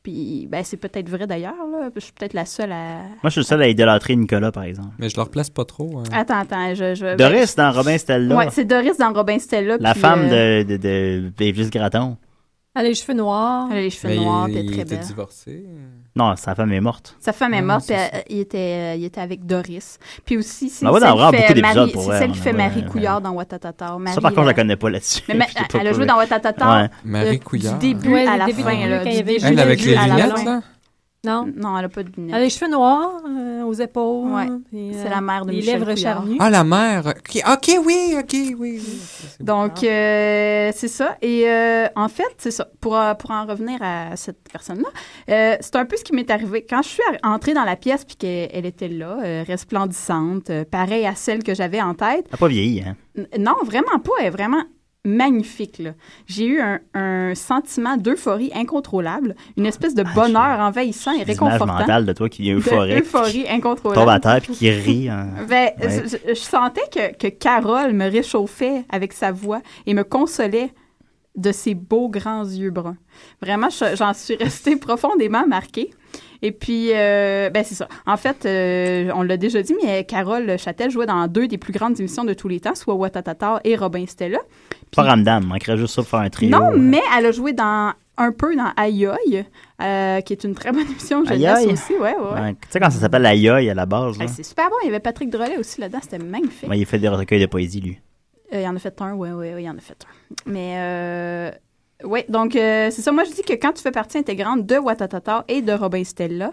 S7: Puis, ben, c'est peut-être vrai d'ailleurs, là. Je suis peut-être la seule à...
S4: Moi, je suis le seul à idolâtrer Nicolas, par exemple.
S5: Mais je le replace pas trop. Hein.
S7: Attends, attends, je... je
S4: Doris
S7: ben,
S4: dans Robin Stella.
S7: Ouais, c'est Doris dans Robin Stella.
S4: La
S7: puis,
S4: femme
S7: euh...
S4: de, de, de Davis Gratton.
S6: Elle a les cheveux noirs.
S7: Elle a les cheveux
S5: Mais
S7: noirs,
S5: il,
S7: puis elle est
S5: il
S7: très
S5: était
S7: belle.
S5: divorcé.
S4: Non, sa femme est morte.
S7: Sa femme est
S5: Ah,
S7: morte,
S5: c'est
S7: puis
S5: ça.
S7: elle- il, était, euh, il était avec Doris. Puis aussi, c'est
S4: On va
S7: celle,
S4: en avoir
S7: qui
S4: beaucoup
S7: fait
S4: d'épisodes
S7: Marie,
S4: pour
S7: c'est
S4: elle,
S7: celle
S4: on
S7: qui
S4: en
S7: fait
S4: va-
S7: Marie
S4: ouais.
S7: Couillard dans Watatata.
S4: Ça,
S7: Marie,
S4: par contre, je la
S7: euh,
S4: connais pas là-dessus.
S7: Mais, mais
S4: Je l'ai pas
S7: elle a joué
S4: trouvé.
S7: dans Watatata.
S4: Ouais.
S5: Marie
S7: euh,
S5: Couillard.
S7: Du début
S6: Ouais,
S7: à
S6: le
S7: la
S6: début,
S7: fin.
S6: ouais,
S7: Là,
S6: quand
S7: du
S6: il y avait
S7: début
S5: Elle avec les
S7: à la
S5: lunettes,
S7: fin.
S5: là?
S6: Non.
S7: Non, elle a pas de lunettes.
S6: Elle a les cheveux noirs euh, aux épaules.
S7: Ouais.
S6: puis,
S7: C'est
S6: euh,
S7: la mère de
S6: les
S7: Michel
S6: lèvres
S7: Couillard.
S6: charnues.
S5: Ah, la mère. OK, OK, oui, OK, oui. oui. C'est bon.
S7: Donc, euh, c'est ça. Et euh, en fait, c'est ça. Pour, euh, pour en revenir à cette personne-là, euh, c'est un peu ce qui m'est arrivé. Quand je suis entrée dans la pièce puis qu'elle elle était là, euh, resplendissante, euh, pareille à celle que j'avais en tête.
S4: Elle n'a pas vieilli, hein?
S7: N- Non, vraiment pas. Elle est vraiment magnifique, là. J'ai eu un, un sentiment d'euphorie incontrôlable, une espèce de bonheur envahissant et
S4: L'image
S7: réconfortant.
S4: mentale de toi qui est euphorique.
S7: Euphorie incontrôlable.
S4: Tombe à terre puis qui rit. Hein.
S7: Ben,
S4: Ouais.
S7: je, je sentais que, que Carole me réchauffait avec sa voix et me consolait de ses beaux grands yeux bruns. Vraiment, je- j'en suis restée profondément marquée. Et puis, euh, ben c'est ça. En fait, euh, on l'a déjà dit, mais Carole Châtel jouait dans deux des plus grandes émissions de tous les temps, soit Watatata et Robin Stella.
S4: Pas Ramdam, manquerait juste ça pour faire un trio.
S7: Non,
S4: euh.
S7: mais elle a joué dans un peu dans Aïe Aïe, euh, qui est une très bonne émission
S4: Aïe
S7: jeunesse
S4: Aïe?
S7: aussi. Ouais, ouais, ouais.
S4: Ouais. Tu sais, quand ça s'appelle Aïe à la base, là.
S7: Hey, c'est super bon. Il y avait Patrick Drolet aussi là-dedans. C'était magnifique.
S4: Ouais, il fait des recueils de poésie, lui.
S7: Euh, il en a fait un, oui, oui, oui, il en a fait un. Mais, euh, oui, donc, euh, c'est ça. Moi, je dis que quand tu fais partie intégrante de Watatata et de Robin Stella,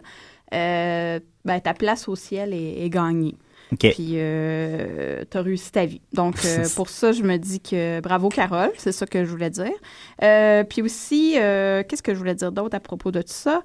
S7: euh, ben, ta place au ciel est, est gagnée.
S4: OK.
S7: Puis, euh, tu as réussi ta vie. Donc, euh, pour ça, je me dis que bravo, Carole. C'est ça que je voulais dire. Euh, puis aussi, euh, qu'est-ce que je voulais dire d'autre à propos de tout ça?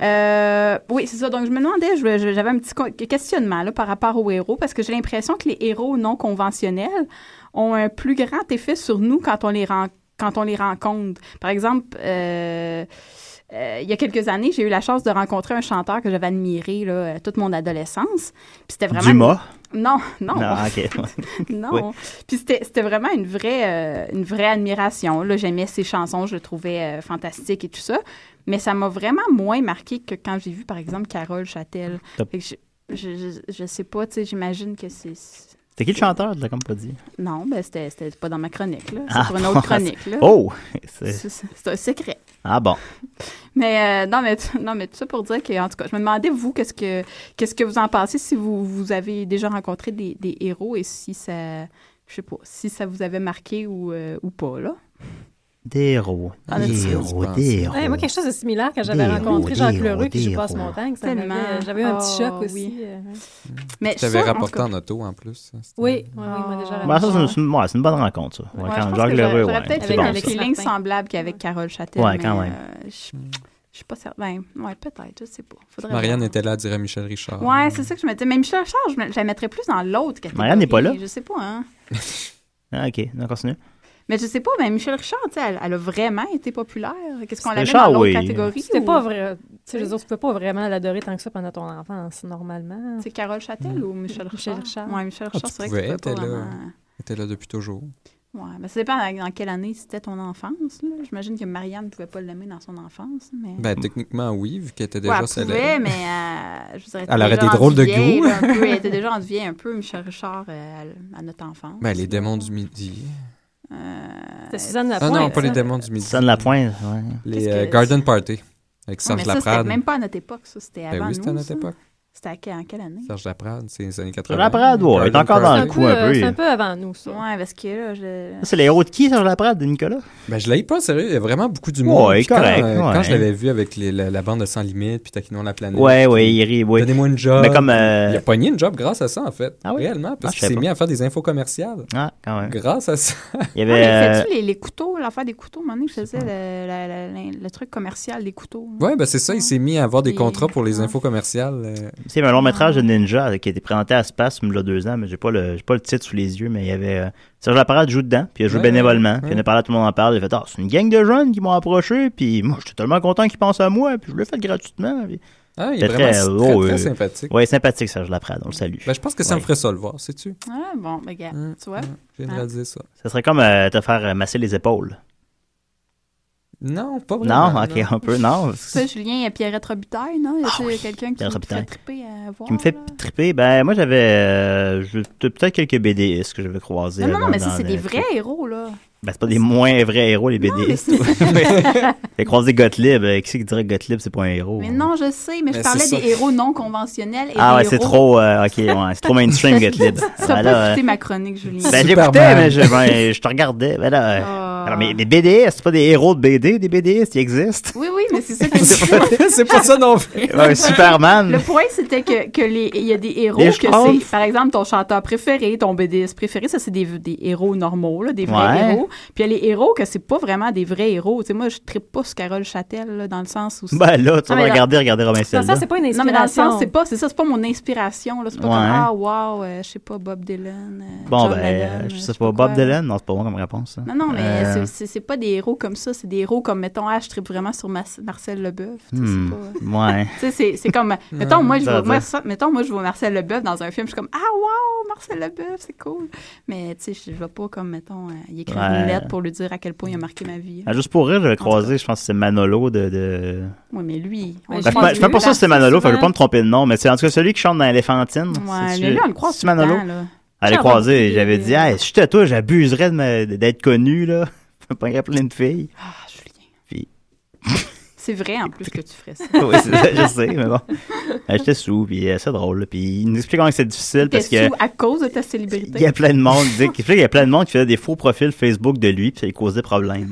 S7: Euh, oui, c'est ça. Donc, je me demandais, je- je- j'avais un petit co- questionnement là, par rapport aux héros, parce que j'ai l'impression que les héros non conventionnels ont un plus grand effet sur nous quand on les, ren- quand on les rencontre. Par exemple, euh, euh, il y a quelques années, j'ai eu la chance de rencontrer un chanteur que j'avais admiré là, toute mon adolescence. Puis c'était vraiment...
S4: Dumas?
S7: Non, non.
S4: Non, OK.
S7: Non.
S4: Oui.
S7: Puis c'était, c'était vraiment une vraie, euh, une vraie admiration. Là, j'aimais ses chansons, je le trouvais euh, fantastique et tout ça. Mais ça m'a vraiment moins marqué que quand j'ai vu, par exemple, Carole Châtel.
S4: Top.
S7: Fait que je, je, je, je sais pas, tu sais, j'imagine que c'est... c'est-
S4: C'était qui le chanteur? Tu l'as comme pas dit.
S7: Non, ben c'était, c'était pas dans ma chronique, là. C'est
S4: Ah,
S7: pour une
S4: bon,
S7: autre chronique, là.
S4: Oh!
S7: C'est,
S4: C'est-
S7: c'est- c'est un secret.
S4: Ah bon.
S7: Mais euh, non, mais t- non, mais tout ça pour dire que, en tout cas, je me demandais, vous, qu'est-ce que qu'est-ce que vous en pensez, si vous, vous avez déjà rencontré des, des héros et si ça, je sais pas, si ça vous avait marqué ou, euh, ou pas, là.
S4: Des héros.
S7: Ah,
S4: Des
S7: là-dessus,
S4: héros,
S5: je
S4: des
S5: pense.
S4: héros.
S6: Ouais, moi, quelque chose de similaire quand j'avais
S4: Des
S6: rencontré
S4: héros,
S6: Jacques
S4: des
S6: Lheureux,
S4: héros,
S6: puis je
S4: des
S6: passe
S4: héros.
S6: mon temps. Ça
S7: Tellement.
S6: m'avait- j'avais eu un petit choc
S7: Oh,
S6: aussi.
S7: oui.
S6: euh,
S7: Mais
S5: Tu t'avais
S7: ça, en
S5: rapporté
S7: tout cas,
S5: en auto en plus. hein, c'était-
S6: Oui, oui, oui,
S7: Ah.
S6: moi déjà.
S4: Ben, ça, c'est
S6: j'avais-
S4: une, c'est une- ouais, c'est une bonne rencontre, ça. Ouais,
S7: ouais,
S4: quand
S7: je pense
S4: Jacques
S7: que
S4: Lheureux,
S7: j'aurais,
S4: ouais.
S7: j'aurais peut-être
S4: C'est
S7: fait
S4: bon,
S7: avec
S4: ça.
S6: Alex
S7: feeling
S6: Martin.
S7: semblable qu'avec Carole Châtel.
S4: Ouais,
S7: mais,
S4: quand même.
S7: euh, je, je suis pas certaine. Ben, ouais, peut-être, je sais pas. Faudrait
S5: Marianne
S7: voir.
S5: était là, dirait Michel Richard.
S7: Ouais, c'est ça que je me disais. Mais Michel Richard, je, me- je la mettrais plus dans l'autre catégorie.
S4: Marianne n'est pas là?
S7: Je sais pas, hein.
S4: Ah, OK, on continue.
S7: Mais je sais pas, mais Michel Richard, tu sais, elle, elle a vraiment été populaire. Qu'est-ce qu'on la met
S4: Richard,
S7: dans l'autre
S4: oui.
S7: catégorie?
S6: C'était
S7: ou-
S6: pas vrai. Tu sais, je veux dire, tu peux pas vraiment l'adorer tant que ça pendant ton enfance, normalement.
S7: C'est Carole Châtel ou Michel Richard?
S6: Michel Richard.
S7: Ouais, Michel
S5: Ah,
S7: Richard,
S5: tu
S7: c'est vrai
S5: pouvais,
S7: que tu peux
S5: t'es
S7: pas
S5: là.
S7: vraiment...
S5: Elle était là depuis toujours.
S7: Ouais, mais ça dépend dans quelle année c'était ton enfance. Là. J'imagine que Marianne ne pouvait pas l'aimer dans son enfance. Mais...
S5: Ben, techniquement, oui, vu qu'elle était
S7: ouais,
S5: déjà
S7: elle
S5: célèbre.
S7: pouvait, mais euh, je dirais
S5: Elle aurait
S7: déjà
S5: des
S7: rendue
S5: drôles de
S7: vieille,
S5: goût.
S7: là, un peu. Elle était déjà rendue vieille un peu, Michel Richard, euh, à, à notre enfance.
S5: Ben, les
S7: là.
S5: démons du midi.
S7: Euh,
S6: C'était Suzanne
S5: Ah
S6: Lapointe.
S5: non, pas les
S6: ça.
S5: démons du midi.
S4: Sonne la pointe, ouais.
S5: Les
S7: Qu'est-ce
S5: euh,
S7: que-
S5: Garden Party. Avec
S7: ouais,
S5: Serge
S7: mais ça, c'était
S5: Laprade.
S7: même pas à notre époque, ça. C'était
S5: Ben
S7: avant
S5: oui, c'était à
S7: nous,
S5: notre
S7: ça.
S5: époque.
S7: C'était à, que- en quelle année?
S5: Serge Laprade, c'est les années
S4: Serge
S5: quatre-vingts.
S4: Laprade, ouais, il est
S5: Garden
S4: encore dans
S6: C'est
S4: le
S6: un
S5: Party.
S4: coup
S6: peu,
S4: un
S6: euh,
S4: peu.
S6: c'est un peu avant nous, ça.
S7: Ouais, parce que là, je...
S4: Ça, c'est les héros de qui, Serge Laprade, de Nicolas?
S5: Ben, je l'ai pas, sérieux. Il y a vraiment beaucoup d'humour.
S4: Ouais,
S5: Puis quand,
S4: correct,
S5: euh,
S4: ouais.
S5: Quand je l'avais vu avec les- la, la bande de Sans Limites, puis Taquinons la planète.
S4: Ouais,
S5: puis
S4: ouais, il rit, ouais.
S5: Donnez-moi une job.
S4: Mais comme, euh,
S5: Il a pogné une job grâce à ça, en fait.
S4: Ah oui?
S5: Réellement.
S4: Ah,
S5: Parce
S4: je
S5: qu'il
S4: sais
S5: s'est
S4: pas.
S5: mis à faire des infos commerciales.
S4: Ah, quand même.
S5: Grâce à ça.
S4: Il y
S7: Ah,
S4: avait...
S7: mais
S4: euh,
S7: fais-tu les, les couteaux, l'affaire des couteaux? À un moment donné, je faisais le, la- la- la- le truc commercial des couteaux.
S5: Ouais, ben c'est ça. Il s'est mis à avoir des
S7: Puis-
S5: contrats pour les
S7: ouais.
S5: infos commerciales. euh,
S4: C'est un long métrage de ninja qui a été présenté à Space il y a deux ans, mais j'ai pas le j'ai pas le titre sous les yeux, mais il y avait euh, Serge Laprade joue dedans, puis il a joué
S5: Ouais,
S4: bénévolement,
S5: ouais,
S4: puis
S5: ouais.
S4: il en a parlé à tout le monde en parle, il a fait ah, c'est une gang de jeunes qui m'ont approché, puis moi j'étais tellement content qu'ils pensent à moi, puis je l'ai fait gratuitement. Puis...
S5: Ah, il est
S4: C'était
S5: vraiment
S4: très-
S5: très,
S4: oh,
S5: très
S4: euh,
S5: sympathique.
S4: Ouais, sympathique Serge Laprade, on le salue.
S5: Ben, je pense que ça
S4: Ouais.
S5: me ferait ça le voir, sais-tu?
S7: Ah, bon, ben, regarde,
S5: Hum,
S7: tu vois.
S5: hum, Je viens de
S7: Hein?
S5: réaliser ça.
S4: Ça serait comme euh, te faire euh, masser les épaules.
S5: Non, pas vraiment.
S4: Non, ok, un peu, non.
S7: Ça, Julien, Pierrette Robitaille, non? Y a-t-il
S4: Ah oui,
S7: quelqu'un qui
S4: Pierrette
S7: te fait
S4: Robitaille.
S7: triper à voir?
S4: Qui me fait
S7: là?
S4: triper, ben moi j'avais euh, je- peut-être quelques B D S que j'avais croisés.
S7: Non, non, non,
S4: avant
S7: mais ça,
S4: dans
S7: c'est
S4: le
S7: des
S4: truc.
S7: vrais héros, là.
S4: Ben c'est pas des moins vrais héros, les B D S. J'ai croisé Gottlieb. euh, Qui c'est qui dirait que Gottlieb, c'est pas un héros?
S7: Mais non, je sais, mais je
S5: Mais
S7: parlais
S5: c'est
S7: des
S5: ça.
S7: héros non conventionnels. Et
S4: Ah
S7: des
S4: ouais, c'est
S7: héros-
S4: trop, euh, ok, ouais, c'est trop mainstream, Gottlieb.
S7: Tu
S4: Ben
S7: n'as
S4: là,
S7: pas
S4: euh,
S7: écouté ma chronique, Julien.
S4: Ben
S5: Superman.
S4: j'écoutais, mais je, ben, je te regardais. Ben là, euh,
S7: Ah.
S4: alors, mais les B D S, c'est pas des héros de B D, des B D S, ils existent.
S7: Oui, oui, mais c'est ça que je disais.
S5: C'est pas ça non plus.
S4: Ouais, Superman.
S7: Le point, c'était que, que les, il y a des héros
S4: Les
S7: que
S4: Schtroumpfs.
S7: c'est, par exemple, ton chanteur préféré, ton B D S préféré, ça, c'est des, des héros normaux, là, des vrais
S4: Ouais.
S7: héros. Puis il y a les héros que c'est pas vraiment des vrais héros. Tu sais, moi, je trippe pas sur Carole Châtel, là, dans le sens où...
S4: Ben là, tu
S6: Non,
S4: vas
S6: mais
S4: regarder, regarder Robin
S6: Dans le
S4: Stella.
S6: sens, c'est pas une
S7: Non, mais dans le sens,
S6: inspiration.
S7: c'est pas, c'est ça, c'est pas mon inspiration, là. C'est pas
S4: Ouais.
S7: comme, ah, wow, euh, je sais pas, Bob Dylan, euh,
S4: Bon,
S7: John
S4: ben,
S7: Lennon,
S4: euh,
S7: euh,
S4: je
S7: je
S4: sais
S7: sais
S4: pas,
S7: pas
S4: Bob
S7: quoi.
S4: Dylan? Non, c'est pas bon comme réponse. ça.
S7: Non, non, mais
S4: Euh,
S7: c'est- c'est, c'est pas des héros comme ça. C'est des héros comme, mettons, ah, je trippe vraiment sur Mas- Marcel Leboeuf. Tu sais,
S4: Hmm,
S7: c'est pas...
S4: ouais.
S7: Tu sais, c'est, c'est comme, mettons, moi, je
S4: ça
S7: vois,
S4: veut
S7: moi,
S4: dire.
S7: ça- mettons, moi, je vois Marcel Leboeuf dans un film, je suis comme, ah, wow, Marcel Leboeuf, c'est cool. Mais, tu sais, je, je vais pas comme, mettons, euh, y écrire
S4: Ouais.
S7: une lettre pour lui dire à quel point il a marqué ma vie.
S4: Ah, juste pour rire, j'avais
S7: tout
S4: croisé, je pense que c'est Manolo de... de...
S7: Oui, mais lui, on
S6: Ben,
S7: le
S4: Ben, je
S7: croise
S4: fais pas
S7: plus,
S4: sûr que c'est
S7: là.
S4: Manolo, fait que je vais
S6: souvent.
S4: pas me tromper de nom, mais c'est en tout cas celui qui chante dans Elephantine.
S7: Ouais,
S4: C'est-tu-
S7: mais lui, on le croise
S4: c'est-tu
S7: tout le
S4: Manolo?
S7: temps, là.
S4: Elle est
S6: Ah,
S4: croisée,
S6: bon,
S4: j'avais
S6: c'est-
S4: dit, hey, si j'étais toi, j'abuserais de me- d'être connu, là. Je me pognerais plein de filles.
S7: Ah, Julien.
S4: Puis-
S7: C'est vrai, en plus, que tu ferais ça.
S4: Oui, c'est ça, je sais, mais bon. Euh, J'étais sous, puis euh, c'est drôle, là. Puis il nous explique comment c'est difficile parce
S7: T'es
S4: que.
S7: sous à cause de ta
S4: Il
S7: célébrité.
S4: y a plein de monde, il dit- il explique qu'il y a plein de monde qui faisait des faux profils Facebook de lui, puis ça lui causait problème.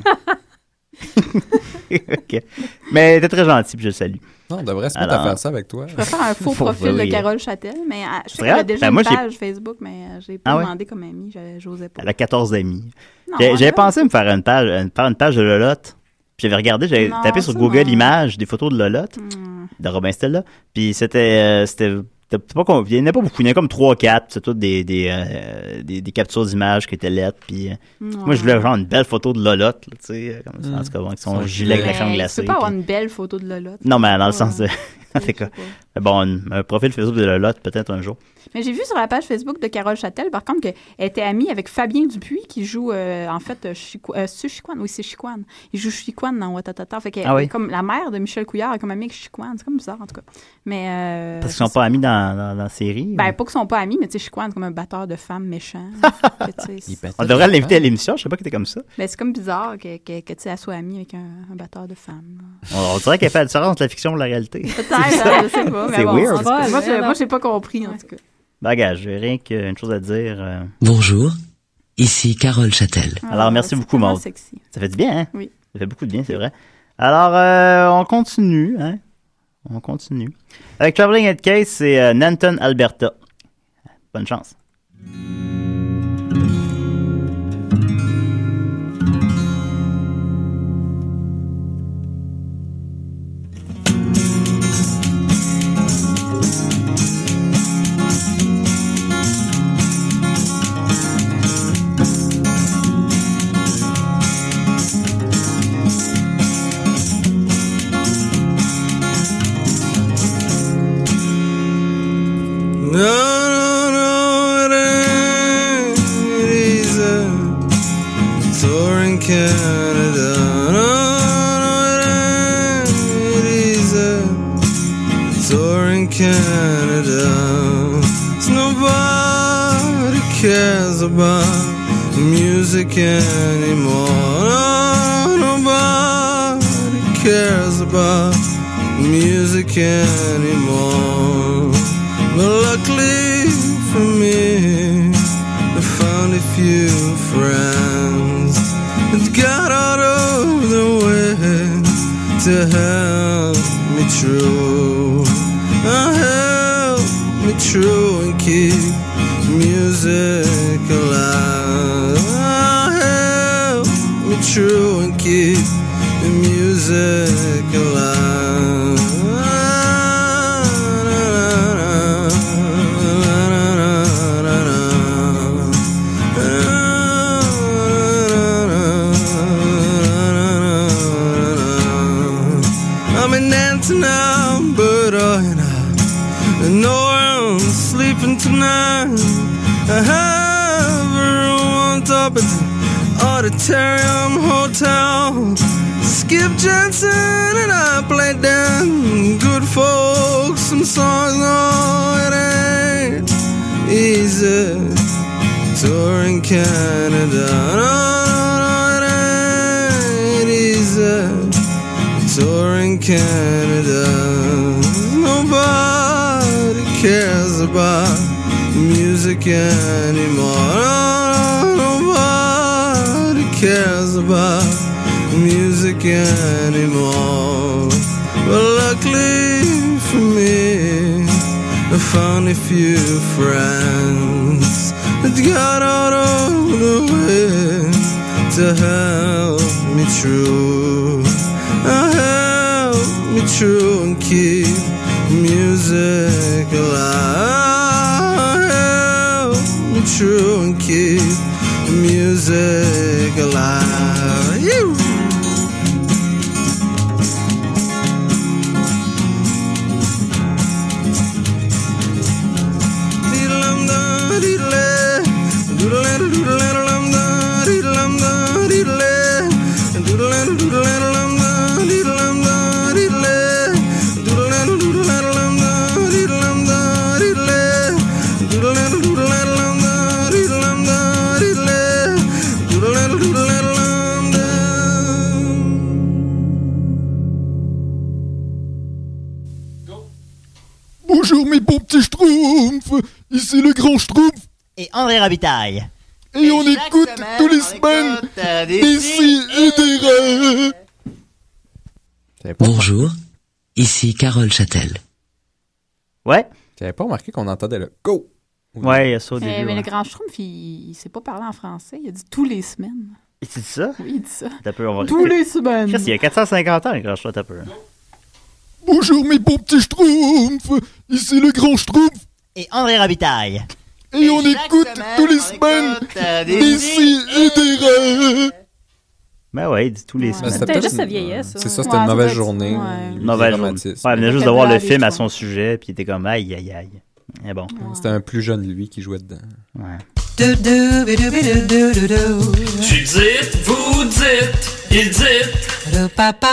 S4: Ok. Mais il était très gentil, puis je le salue.
S5: Non, on devrait se mettre
S4: Alors-
S5: à faire ça avec toi.
S7: Je préfère un faux
S4: Faut
S7: profil
S4: oui.
S7: de Carole Châtel, mais euh, je sais
S4: C'est
S7: qu'elle a
S4: vrai?
S7: déjà
S4: Ben,
S7: une
S4: moi, j'ai-
S7: page Facebook, mais euh, j'ai pas
S4: Ah ouais?
S7: demandé comme amie, j'avais- j'osais pas.
S4: Elle a quatorze amis.
S7: Non,
S4: J'ai- J'avais
S7: là,
S4: pensé me faire une page, une- faire une page de Lolotte. Puis j'avais regardé, j'avais
S7: Non,
S4: tapé sur
S7: ça,
S4: Google
S7: non.
S4: Images des photos de Lolotte,
S7: hmm.
S4: de Robin Stella. Puis c'était, euh, c'était, c'était pas com- il y en a pas beaucoup, il y en a comme trois, quatre. C'est toutes des, des, euh, des, des captures d'images qui étaient lettres. Puis euh, moi, je voulais genre une belle photo de Lolotte, là, tu sais, comme ça, en tout cas, avec son,
S5: Son
S4: gilet avec la
S7: Mais
S4: chambre
S7: tu
S4: glacée.
S7: peux pas avoir
S4: puis-
S7: une belle photo de Lolotte.
S4: Non, mais dans le
S7: Ouais.
S4: sens de... en tout cas, bon, un, un profil Facebook de Lolotte, peut-être un jour.
S7: Mais j'ai vu sur la page Facebook de Carole Châtel, par contre, qu'elle était amie avec Fabien Dupuis, qui joue, euh, en fait, euh, Chico- euh, c'est Chicoine? Oui, c'est Chicoine. Il joue Chicoine dans Watatata. Fait qu'elle
S4: Ah oui?
S7: est comme la mère de Michel Couillard, est comme amie avec Chicoine. C'est comme bizarre, en tout cas. Mais, euh,
S4: Parce qu'ils sont pas amis dans, dans, dans la série.
S7: Ben,
S4: ou-
S7: pas qu'ils sont pas amis, mais tu sais, Chicoine, c'est comme un batteur de femmes méchant. que, tu sais,
S5: Il pète
S4: On
S5: tout
S4: devrait
S5: le
S4: l'inviter à
S5: temps.
S4: l'émission, je sais pas qu'il était comme ça.
S7: ben, c'est comme bizarre que, que, que tu sais, elle soit amie avec un, un batteur de femmes. là.
S4: On, on dirait qu'elle fait la différence entre la fiction et la réalité.
S7: Peut-être, hein, je sais pas. mais
S4: C'est
S7: bon,
S4: weird.
S7: en tout cas,
S6: C'est
S7: Moi,
S6: folle,
S7: j'ai-
S6: hein,
S7: moi, j'ai pas compris, en tout cas.
S4: Ben, gars, j'ai rien qu'une chose à dire. euh.
S10: Bonjour, ici Carole Châtel.
S4: Alors, merci
S7: c'est
S4: beaucoup,
S7: tellement
S4: Maude.
S7: sexy.
S4: Ça fait du bien, hein?
S7: Oui.
S4: Ça fait beaucoup de bien, c'est vrai. Alors, euh, on continue, hein? On continue. Avec Traveling at Case, c'est euh, Nanton, Alberta. Bonne chance.
S8: No, no, no, it ain't easy touring Canada. No, no, it ain't easy touring Canada. 'Cause nobody cares about music anymore. No, nobody cares about music anymore. But luckily for me, I found a few friends that got out of the way to help me through. Uh, help me through and keep music alive. Uh, help me through and keep the music alive. I'm in Nanton, Alberta, and I know I'm sleeping tonight. I have a room on top of the Auditorium Hotel. Skip Johnson and I played down good folks some songs. No, it ain't easy touring Canada. No, no, it ain't easy touring Canada. Nobody cares about music anymore. No, nobody cares about music anymore. But luckily for me, I found a few friends that got out of the way to help me through. Uh, help me through and keep music alive. Help me through and keep music alive. You.
S11: Bonjour mes beaux petits schtroumpfs, ici le grand schtroumpf.
S9: Et André Robitaille.
S11: Et, et on écoute semaine, tous les semaines euh, des, des si et des ré.
S10: Bonjour, ici Carole Châtel.
S4: Ouais.
S5: J'avais pas remarqué qu'on entendait le « go ».
S4: Ouais, il y a ça au
S7: euh,
S4: début.
S7: Mais
S4: ouais.
S7: le grand schtroumpf, il, il sait pas parler en français. Il a dit « tous les semaines ».
S4: Il dit ça?
S7: Oui, il dit ça.
S4: Peu, on va...
S7: Tous les semaines.
S4: Chris, il y a quatre cent cinquante ans, le grand schtroumpf, t'as peu.
S11: Bonjour mes beaux petits schtroumpfs, ici le grand schtroumpf.
S9: Et André Robitaille.
S11: Et, et on écoute semaine, tous les semaines euh, des, des si et des ré.
S4: Ben ouais, il dit tous les
S6: ouais.
S4: semaines.
S6: C'était juste sa vieillesse.
S5: C'est ça, c'était ouais, une mauvaise journée.
S4: Ouais. Mauvaise journée. Ouais, il venait juste de voir le film à son sujet, puis il était comme aïe, aïe, aïe. Mais bon.
S5: Ouais. C'était un plus jeune lui qui jouait dedans.
S4: Ouais.
S12: Tu dites, vous dites, il dit.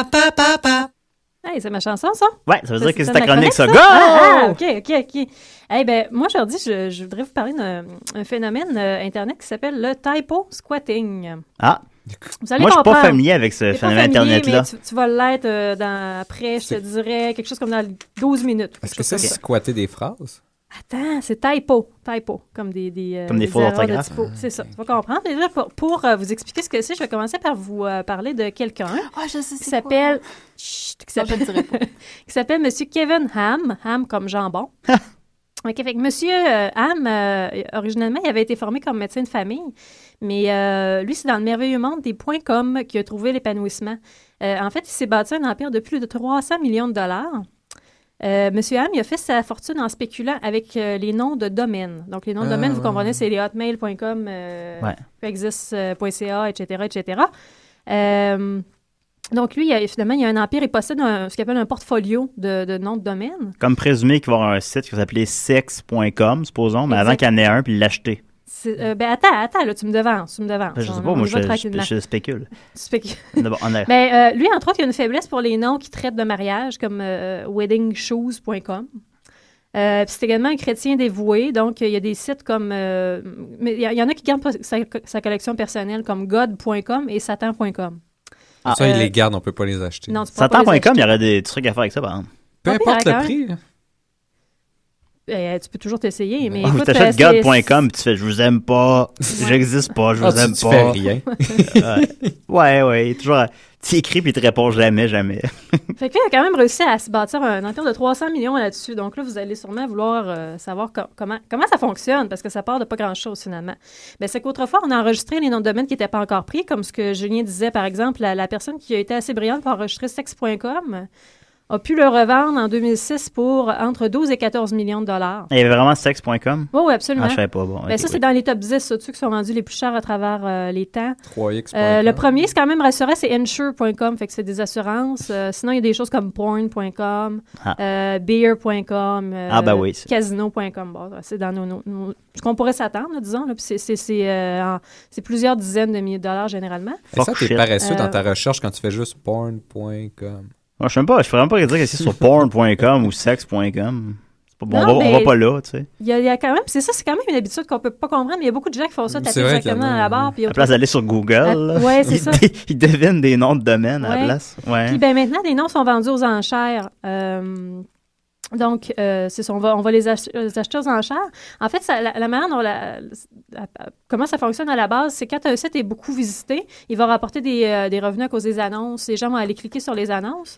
S6: Hey, c'est ma chanson, ça?
S4: Ouais, ça veut dire que c'est ta chronique, ça. Go!
S6: Ah, ah, OK, OK, OK. Hey, ben, moi, aujourd'hui, je, je voudrais vous parler d'un un phénomène euh, Internet qui s'appelle le typo squatting.
S4: Ah!
S6: Vous allez
S4: moi, je suis
S6: comprendre.
S4: pas familier avec ce phénomène
S6: familier,
S4: Internet-là.
S6: Tu, tu vas l'être euh, dans, après, je te dirais, quelque chose comme dans douze minutes.
S5: Est-ce que c'est squatter des phrases?
S6: Attends, c'est typo, typo, comme des des
S4: euh, comme des, des fautes d'orthographe.
S6: De ah, c'est ça, tu vas comprendre. Déjà, pour, pour euh, vous expliquer ce que c'est, je vais commencer par vous euh, parler de quelqu'un
S7: oh, je sais,
S6: qui s'appelle
S7: Chut,
S6: qui s'appelle qui s'appelle Monsieur Kevin Ham, Ham comme jambon. OK, fait que Monsieur euh, Ham, euh, originellement, il avait été formé comme médecin de famille, mais euh, lui, c'est dans le merveilleux monde des points com qu'il a trouvé l'épanouissement. Euh, en fait, il s'est bâti un empire de plus de trois cents millions de dollars. Euh, Monsieur Ham, il a fait sa fortune en spéculant avec euh, les noms de domaines. Donc, les noms de euh, domaines, vous comprenez, c'est les hotmail point com, euh,
S4: ouais.
S6: exist point c a, et cetera, et cetera. Euh, donc, lui, il a, finalement, il a un empire, il possède un, ce qu'il appelle un portfolio de, de noms de domaines.
S4: Comme présumé qu'il va y avoir un site qui va s'appeler sex point com, supposons, mais exact. Avant qu'il y en ait un, puis l'acheter.
S6: Euh, ben attends, attends, là, tu me devances, tu me devances.
S4: Ben, je sais on, pas, on moi, je, je, je spécule.
S6: Tu spécules.
S4: on a...
S6: ben, euh, lui, entre autres, il a une faiblesse pour les noms qui traitent de mariage, comme euh, wedding shoes point com. Euh, c'est également un chrétien dévoué, donc il y a des sites comme... Euh, mais il y, y en a qui gardent sa, sa collection personnelle, comme god point com et satan point com.
S5: Ah, ça, euh, ils les gardent, on ne peut pas les acheter.
S4: satan point com, il y aurait des trucs à faire avec ça, par exemple.
S5: Peu importe le prix.
S6: Euh, tu peux toujours t'essayer, mais
S4: oh,
S6: écoute...
S4: Tu achètes god point com et tu fais « Je vous aime pas, j'existe pas, je vous
S5: ah,
S4: aime
S5: tu,
S4: pas. »
S5: Tu fais rien.
S4: ouais, ouais, toujours... Tu écris puis il te répond jamais, jamais.
S6: Fait que là, il a quand même réussi à se bâtir un empire de trois cents millions là-dessus. Donc là, vous allez sûrement vouloir euh, savoir com- comment, comment ça fonctionne, parce que ça part de pas grand-chose, finalement. Bien, c'est qu'autrefois, on a enregistré les noms de domaines qui n'étaient pas encore pris, comme ce que Julien disait, par exemple, la, la personne qui a été assez brillante pour enregistrer sex point com a pu le revendre en deux mille six pour entre douze et quatorze millions de dollars.
S4: Il y avait vraiment sexe point com?
S6: Oui, oui, absolument.
S4: Ah, je savais pas. Bon,
S6: ben,
S4: okay,
S6: ça,
S4: oui.
S6: c'est dans les top dix, ça, ceux qui sont rendus les plus chers à travers euh, les temps.
S5: trois X.
S6: Euh, le premier, c'est quand même rassurant, c'est insure point com, fait que c'est des assurances. Euh, sinon, il y a des choses comme porn point com,
S4: ah.
S6: euh, beer point com, euh,
S4: ah, ben oui,
S6: casino point com. Bon, c'est dans nos, nos, nos, ce qu'on pourrait s'attendre, là, disons. Là, puis c'est, c'est, c'est, euh, en, c'est plusieurs dizaines de milliers de dollars généralement.
S5: Et ça, t'es paresseux
S6: euh,
S5: dans ta recherche quand tu fais juste porn point com.
S4: Moi, je sais même pas, je pourrais même pas dire que c'est sur porn point com ou sex point com. Pas bon,
S6: non,
S4: on, va, on va pas là, tu sais.
S6: Il y, a, il y a quand même, c'est ça, c'est quand même une habitude qu'on peut pas comprendre, mais il y a beaucoup de gens qui font ça, taper directement dans la barre. Puis
S4: à la place d'aller sur Google,
S6: à, ouais, c'est
S4: ils,
S6: ça.
S4: ils devinent des noms de domaine ouais. à la place. Ouais.
S6: Puis ben maintenant, les noms sont vendus aux enchères. Euh, Donc, euh, c'est ça, on va, on va les, ach- les acheter aux enchères. En fait, ça, la, la manière dont la, la, comment ça fonctionne à la base, c'est quand un site est beaucoup visité, il va rapporter des, euh, des revenus à cause des annonces. Les gens vont aller cliquer sur les annonces.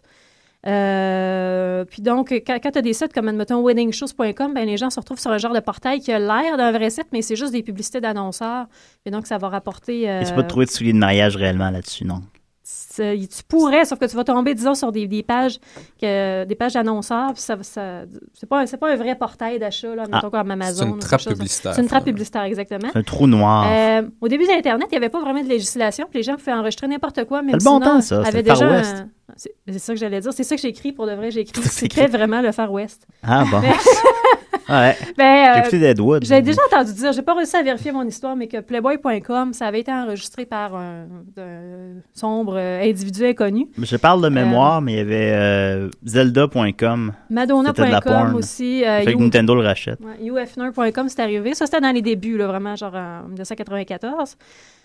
S6: Euh, puis donc, quand, quand tu as des sites comme, admettons, wedding shows point com, ben, les gens se retrouvent sur un genre de portail qui a l'air d'un vrai site, mais c'est juste des publicités d'annonceurs. Et donc, ça va rapporter... Euh,
S4: Et tu peux pas trouver de souliers de mariage réellement là-dessus, non?
S6: Tu pourrais, sauf que tu vas tomber, disons, sur des, des pages que, des pages d'annonceurs, puis ça, ça, c'est, pas, c'est pas un vrai portail d'achat, là, mettons,
S4: ah,
S6: comme Amazon.
S5: C'est une trappe publicitaire.
S6: C'est une trappe publicitaire, exactement.
S4: C'est un trou noir.
S6: Euh, au début de l'Internet, il n'y avait pas vraiment de législation, puis les gens pouvaient enregistrer n'importe quoi, même
S4: c'est le bon
S6: sinon,
S4: temps, ça. C'est le Far West.
S6: Un... C'est, c'est ça que j'allais dire. C'est ça que j'ai écrit, pour de vrai, j'ai écrit. C'était vraiment le Far West.
S4: Ah bon.
S6: Mais...
S4: ouais.
S6: Ben, euh,
S4: j'ai écouté Deadwood.
S6: J'ai déjà entendu dire, j'ai pas réussi à vérifier mon histoire, mais que Playboy point com, ça avait été enregistré par un, un sombre individu inconnu.
S4: Je parle de mémoire, euh, mais il y avait euh, Zelda point com.
S6: Madonna point com aussi.
S4: Euh, fait que Nintendo le rachète.
S6: Ouais, U F N point com, c'est arrivé. Ça, c'était dans les débuts, là, vraiment, genre en dix-neuf cent quatre-vingt-quatorze.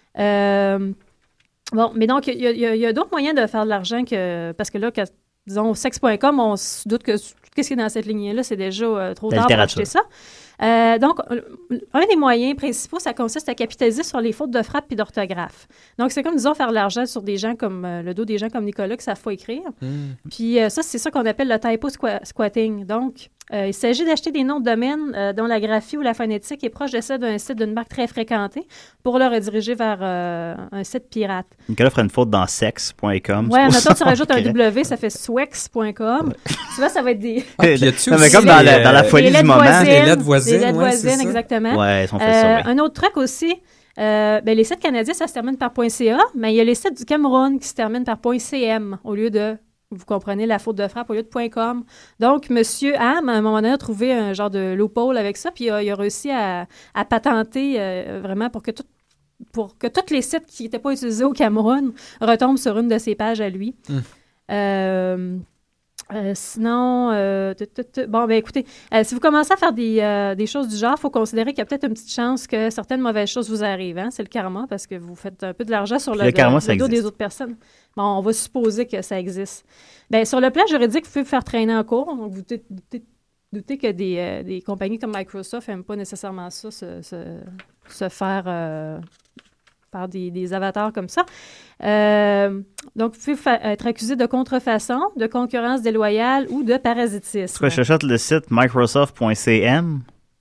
S6: Euh, bon, mais donc, il y, y, y a d'autres moyens de faire de l'argent que. Parce que là, que, disons, sex point com, on se doute que qu'est-ce qui est dans cette lignée-là, c'est déjà euh, trop tard pour acheter ça. Euh, donc, un des moyens principaux, ça consiste à capitaliser sur les fautes de frappe et d'orthographe. Donc, c'est comme, disons, faire de l'argent sur des gens comme euh, le dos des gens comme Nicolas qui ne savent pas écrire. Mm. Puis euh, ça, c'est ça qu'on appelle le typo squa- squatting. Donc, euh, il s'agit d'acheter des noms de domaine euh, dont la graphie ou la phonétique est proche de celle d'un site d'une marque très fréquentée pour le rediriger vers euh, un site pirate.
S4: Nicolas ferait une faute dans sex point com.
S6: Ouais, maintenant tu rajoutes un W, ça fait swex point com. Souvent, ça va être des...
S5: Ah, puis y
S4: non, mais comme dans la, dans la folie du moment.
S6: Voisines,
S5: les lettres voisines.
S6: Les lettres
S5: ouais,
S6: voisines, exactement.
S4: Ouais, ils sont fait
S6: euh,
S4: ça, ouais.
S6: Un autre truc aussi, euh, ben, les sites canadiens, ça se termine par .ca, mais il y a les sites du Cameroun qui se terminent par .cm au lieu de... Vous comprenez, la faute de frappe au lieu de .com. Donc, M. Ham, à un moment donné, a trouvé un genre de loophole avec ça, puis il a, il a réussi à, à patenter euh, vraiment pour que, tout, pour que tous les sites qui n'étaient pas utilisés au Cameroun retombent sur une de ses pages à lui. Mm. Euh, euh, sinon, euh, t- t- t- bon, ben écoutez, euh, si vous commencez à faire des, euh, des choses du genre, il faut considérer qu'il y a peut-être une petite chance que certaines mauvaises choses vous arrivent. Hein? C'est le karma, parce que vous faites un peu de l'argent sur le,
S4: le, karma,
S6: le, le dos des autres personnes. Bon, on va supposer que ça existe. Bien, sur le plan juridique, vous pouvez vous faire traîner en cours. Donc, vous doutez, doutez, doutez que des, euh, des compagnies comme Microsoft n'aiment pas nécessairement ça, se, se, se faire euh, par des, des avatars comme ça. Euh, donc, vous pouvez fa- être accusé de contrefaçon, de concurrence déloyale ou de parasitisme.
S4: Quoi, je achète le site microsoft point c m.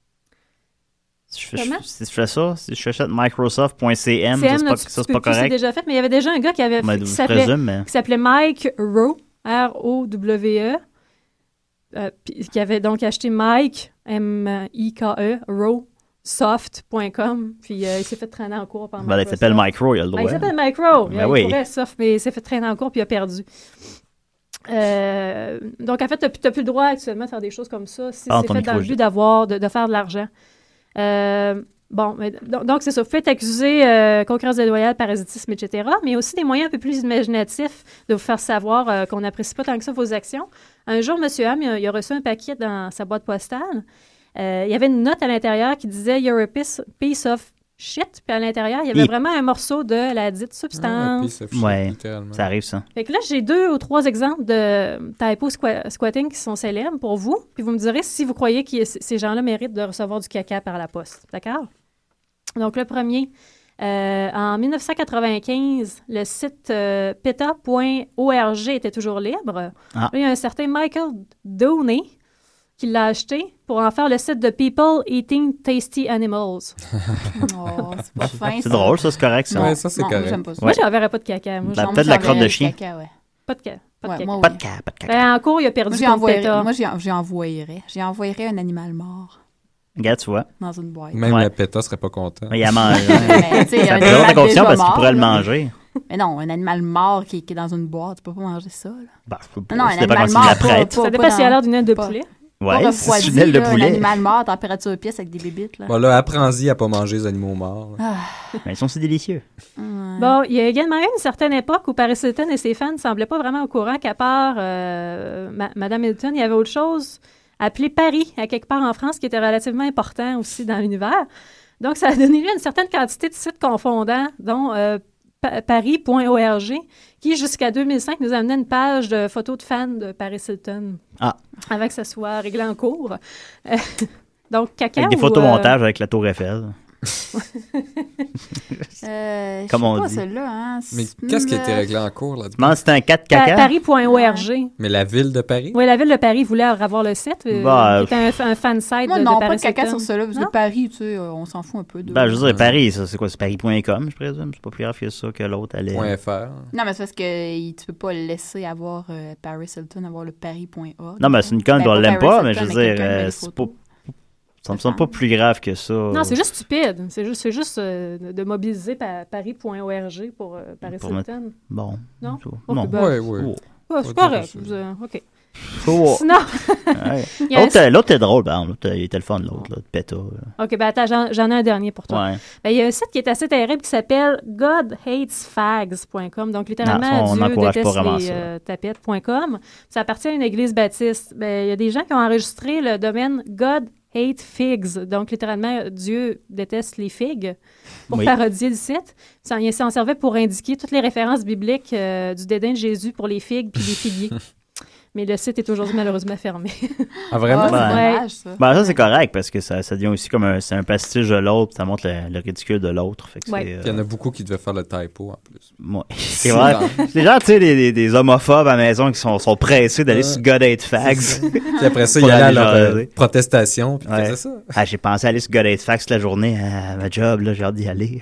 S4: Si je, fais, si je fais ça, si je achète microsoft point c m, ça, c'est pas, ça, c'est pas correct.
S6: C'est déjà fait, mais il y avait déjà un gars qui, avait,
S4: mais,
S6: qui, s'appelait,
S4: présume, mais...
S6: qui s'appelait Mike Rowe, R O W E, euh, qui avait donc acheté Mike, M I K E, Rowe, soft point com, puis euh, il s'est fait traîner en cours pendant
S4: ben, il s'appelle Mike Rowe, il a le droit.
S6: Ben, il s'appelle Mike Rowe,
S4: ben,
S6: il
S4: oui.
S6: pourrait soft, mais il s'est fait traîner en cours, puis il a perdu. Euh, donc, en fait, tu n'as plus le droit actuellement de faire des choses comme ça si ah, c'est fait dans le but d'avoir, de, de faire de l'argent. Euh, bon, mais, donc, donc, c'est ça. Vous faites accuser euh, concurrence déloyale, parasitisme, et cetera. Mais il y a aussi des moyens un peu plus imaginatifs de vous faire savoir euh, qu'on n'apprécie pas tant que ça vos actions. Un jour, M. Ham, il a, il a reçu un paquet dans sa boîte postale. Euh, il y avait une note à l'intérieur qui disait « You're a piece, piece of shit ». Puis à l'intérieur, il y avait
S4: il...
S6: vraiment un morceau de la dite substance.
S5: Ah, shit,
S4: ouais, ça arrive, ça.
S6: Fait que là, j'ai deux ou trois exemples de typo squa- squatting qui sont célèbres pour vous. Puis vous me direz si vous croyez que ces gens-là méritent de recevoir du caca par la poste. D'accord? Donc, le premier, euh, en dix-neuf cent quatre-vingt-quinze, le site euh, p e t a point org était toujours libre.
S4: Ah.
S6: Là, il y a un certain Michael Downey qui l'a acheté pour en faire le site de People Eating Tasty Animals.
S7: Oh, c'est pas fin,
S4: c'est
S7: ça.
S4: drôle, ça, c'est correct, ça.
S5: Ouais, ça, c'est
S7: non,
S5: correct.
S7: Moi, j'aime pas ça.
S6: Moi, j'enverrais pas de caca. Moi,
S4: bah, peut-être la crotte de chien.
S7: Caca, ouais.
S6: Pas de caca. Pas de
S7: Ouais,
S6: caca.
S7: moi,
S4: Pas
S7: oui.
S4: de caca, pas de caca.
S6: Ben, en cours, il a perdu
S7: Moi, j'y
S6: contre
S7: envoyerais,
S6: Péta.
S7: moi, j'y, j'y envoyerais. J'y envoyerais un animal mort
S4: Regarde, tu vois.
S7: dans une boîte.
S5: Même
S4: Ouais.
S5: la péta serait pas content.
S4: Il y a mangé.
S7: Mais, tu sais,
S4: Ça
S7: un
S4: peut avoir
S7: animal
S4: des conditions
S7: déjà
S4: parce qu'il
S7: mort,
S4: pourrait le
S7: là.
S4: manger.
S7: Mais non, un animal mort qui, qui est dans une boîte, tu peux pas manger ça. Là.
S4: Bah, je peux pas.
S7: Non, non,
S4: Ça
S7: un
S4: dépend
S7: animal
S4: quand tu
S7: mort,
S4: l'apprêtes.
S7: pas-
S6: Ça dépend
S7: pas
S6: s'il a
S7: dans-
S6: l'air d'une aile de
S7: pas-
S6: poulet.
S4: Ouais,
S7: pas
S4: c'est
S7: refroidi,
S4: une aile de
S7: là, un
S4: poulet.
S7: animal mort, température pièce avec des bébites. Là.
S5: Bon, là, apprends-y à pas manger les animaux morts. là.
S7: Ah.
S4: Mais ils sont si délicieux.
S7: Ouais.
S6: Bon, il y a également eu une certaine époque où Paris Hilton et ses fans ne semblaient pas vraiment au courant qu'à part euh, Ma- Madame Hilton, il y avait autre chose appelé Paris, à quelque part en France, qui était relativement important aussi dans l'univers. Donc, ça a donné lieu à une certaine quantité de sites confondants, dont euh, pa- paris point org, qui, jusqu'à deux mille cinq, nous amenait une page de photos de fans de Paris Hilton.
S4: Ah.
S6: Avant que ça soit réglé en cours. Euh, donc, caca
S4: Avec des
S6: ou,
S4: photomontages avec la Tour Eiffel.
S7: Euh, je
S4: Comme
S7: sais
S4: on
S7: pas
S4: dit.
S7: celle-là, hein.
S5: Mais
S7: C'est-
S5: qu'est-ce qui a été
S7: euh,
S5: réglé en cours là-dedans?
S4: Je pense que c'était un quatre
S6: Pa-
S4: caca.
S6: paris point org.
S5: Mais la ville de Paris?
S6: Oui, la ville de Paris voulait avoir le site, euh,
S4: Bah,
S6: qui était un, un fan site
S7: Moi,
S6: de,
S7: non,
S6: de
S7: pas
S6: Paris
S7: de caca
S6: Hilton.
S7: sur cela, parce
S6: Non?
S7: que Paris, tu sais, euh, on s'en fout un peu de...
S4: Ben, je veux dire, Paris, ça, c'est quoi? C'est paris point com, je présume. C'est pas plus grave que ça que l'autre allait.
S5: Point .fr.
S7: Non, mais c'est parce que il- tu peux pas laisser avoir euh, Paris Hilton, avoir le paris point org.
S4: Non, mais c'est une conne,
S7: Ben,
S4: on l'aime
S7: Paris
S4: pas, mais je
S7: Hilton,
S4: veux dire,
S7: quelqu'un met
S4: euh,
S7: les
S4: c'est pas.
S7: photos.
S4: Ça me semble pas plus grave que ça.
S6: Non, c'est juste stupide. C'est juste, c'est juste euh, de, de mobiliser pa- paris point org pour euh, Paris
S4: Pour mettre-
S6: Hilton.
S4: Bon.
S6: Non?
S4: Ça-
S6: Ok,
S4: non.
S6: ben,
S5: Ouais, ouais.
S4: Oh.
S6: Ouais,
S5: Faut
S6: c'est
S5: dire
S6: correct.
S5: ça.
S6: Vous, euh, OK.
S4: Oh.
S6: Sinon,
S4: Ouais.
S6: il y a un-
S4: L'autre, l'autre est drôle, par exemple. L'autre, il était le fun, l'autre, là, de péta. là.
S6: OK, ben attends, j'en, j'en ai un dernier pour toi.
S4: Ouais.
S6: Ben, il y a un site qui est assez terrible qui s'appelle god hates fags point com. Donc, littéralement,
S4: Non, ça, on
S6: Dieu
S4: n'encourage pas
S6: déteste
S4: vraiment
S6: les
S4: ça.
S6: euh, tapettes point com. Ça appartient à une église baptiste. Ben, il y a des gens qui ont enregistré le domaine God hate figs. Donc, littéralement, Dieu déteste les figues pour
S4: Oui.
S6: parodier le site. Ça, il s'en servait pour indiquer toutes les références bibliques euh, du dédain de Jésus pour les figues puis les figuiers. Mais le site est aujourd'hui malheureusement fermé.
S5: Ah, vraiment?
S7: Ah, c'est
S4: Ouais.
S7: dommage, ça.
S4: Ben, ça, c'est correct parce que ça, ça devient aussi comme un, c'est un pastiche de l'autre, puis ça montre le, le ridicule de l'autre. Fait que
S6: Ouais.
S4: c'est, euh,
S5: Il y en a beaucoup qui devaient faire le typo en plus.
S4: ouais. C'est vrai. Les gens, tu sais, des, des, des homophobes à la maison qui sont, sont pressés d'aller
S5: Ouais.
S4: sur God Hate Fags.
S5: Puis après ça,
S4: Pour
S5: ils allaient à
S4: aller
S5: leur euh,
S4: jaser.
S5: protestation, puis ils
S4: Ouais.
S5: faisaient ça.
S4: Ah, j'ai pensé aller sur God Hate Fags toute la journée à ma job, là, j'ai hâte d'y aller.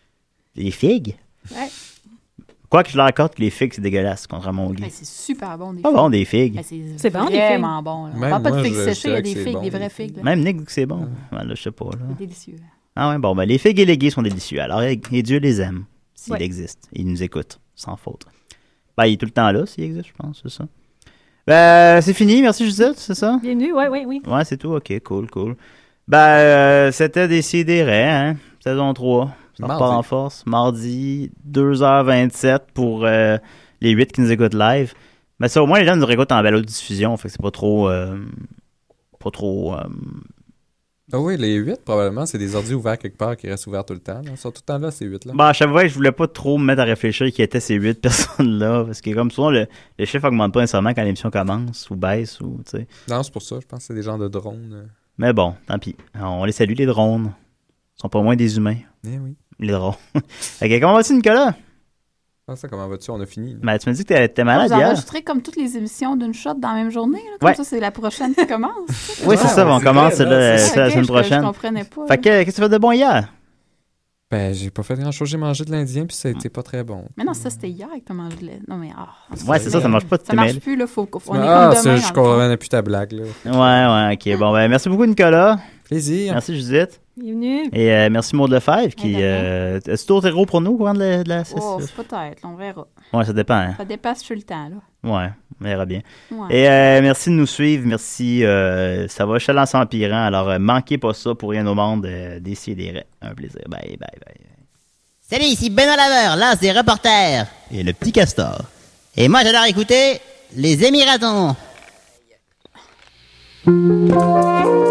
S4: Les figues?
S6: Ouais.
S4: Quoi que je leur accorde que les figues, c'est dégueulasse, contrairement au
S7: Ben,
S4: gay.
S7: c'est super bon, des
S4: Pas
S7: figues.
S4: bon, des figues.
S7: Ben, c'est
S6: C'est bon, des
S7: vraiment bon. là. On
S5: Même
S7: parle pas de
S5: moi,
S7: figues
S5: je- je
S7: séchées, il y a
S5: dirais
S7: des
S5: que c'est
S7: figues,
S5: bon,
S7: des
S5: des
S7: vraies
S5: figues.
S7: figues. là.
S4: Même Nick dit que c'est bon. Ouais, là, je sais pas, là.
S7: C'est délicieux.
S4: Ah ouais, bon, ben les figues et les gays sont délicieux. Alors, et, et Dieu les aime, s'il
S6: Ouais.
S4: existe. Il nous écoute, sans faute. Ben, il est tout le temps là, s'il existe, je pense, c'est ça. Ben, c'est fini, merci Judith, c'est ça?
S6: Bienvenue, oui, oui, oui.
S4: Ouais, c'est tout, ok, cool, cool. Ben, euh, c'était Décidérez, hein, saison trois. Ça
S5: Mardi.
S4: repart en force. Mardi, deux heures vingt-sept pour euh, les huit qui nous écoutent live. Mais ça, au moins, les gens nous réécoutent en balado-diffusion, fait que c'est pas trop... euh, pas trop... euh,
S5: Ah oui, les huit, probablement, c'est des ordi ouverts quelque part qui restent ouverts tout le temps. là. Ils sont tout le temps là, ces huit-là.
S4: Ben, à chaque fois, je voulais pas trop me mettre à réfléchir qui étaient ces huit personnes-là, parce que comme souvent, le, le chiffre augmente pas nécessairement quand l'émission commence, ou baisse, ou, tu sais.
S5: Non, c'est pour ça, je pense que c'est des gens de drones. euh.
S4: Mais bon, tant pis. On les salue, les drones. Ils sont pas moins des humains,
S5: Eh oui.
S4: les drones. Ok, comment vas-tu, Nicolas?
S5: Ah, ça, comment vas-tu? On a fini. là.
S4: Ben, tu m'as dit que t'étais t'étais
S7: Ah,
S4: malade
S7: vous
S4: hier.
S7: enregistrez comme toutes les émissions d'une shot dans la même journée. Là, comme
S4: Ouais.
S7: ça, c'est la prochaine qui commence.
S4: Oui, c'est
S5: Ouais,
S4: ça,
S5: ouais,
S4: on
S5: c'est
S4: commence
S5: vrai,
S4: là,
S5: là,
S4: c'est
S5: c'est
S4: la
S7: Ok,
S4: semaine
S7: je-
S4: prochaine.
S7: Je comprenais pas.
S4: Fait que, qu'est-ce que tu fais de bon hier?
S5: Ben, j'ai pas fait grand-chose. J'ai mangé de l'Indien, puis ça a été pas très bon.
S7: Mais non, ça, c'était hier que t'as mangé de lait. Non, mais... ah,
S4: Ouais, c'est ça, ça marche pas, tu
S7: Ça
S4: t'es
S7: marche
S4: mêlé.
S7: plus, là. Faut, on est
S5: Ah,
S7: comme
S5: ça,
S7: demain.
S5: je
S7: dans le fond.
S5: comprenais plus ta blague, là.
S4: Ouais, ouais, ok. Bon, ben, merci beaucoup, Nicolas.
S5: Plaisir.
S4: Merci, Judith.
S6: Bienvenue.
S4: Et euh, merci, Maud Lefebvre, qui...
S7: de rien.
S4: Euh, Est-ce que tu gros pour nous au courant de la, de la
S7: Oh,
S4: session?
S7: peut-être, on verra.
S4: Ouais, ça dépend, hein.
S7: Ça dépasse sur le temps, là.
S4: Ouais, on verra bien.
S7: Ouais.
S4: Et euh, merci de nous suivre. Merci. Euh, ça va chalant s'empirant. Alors, euh, manquez pas ça pour rien au monde. Euh, Décidérez. Un plaisir. Bye, bye, bye.
S9: Salut, ici Benoît Laveur, l'as des reporters. Et le petit castor. Et moi, j'adore écouter les Émiratons.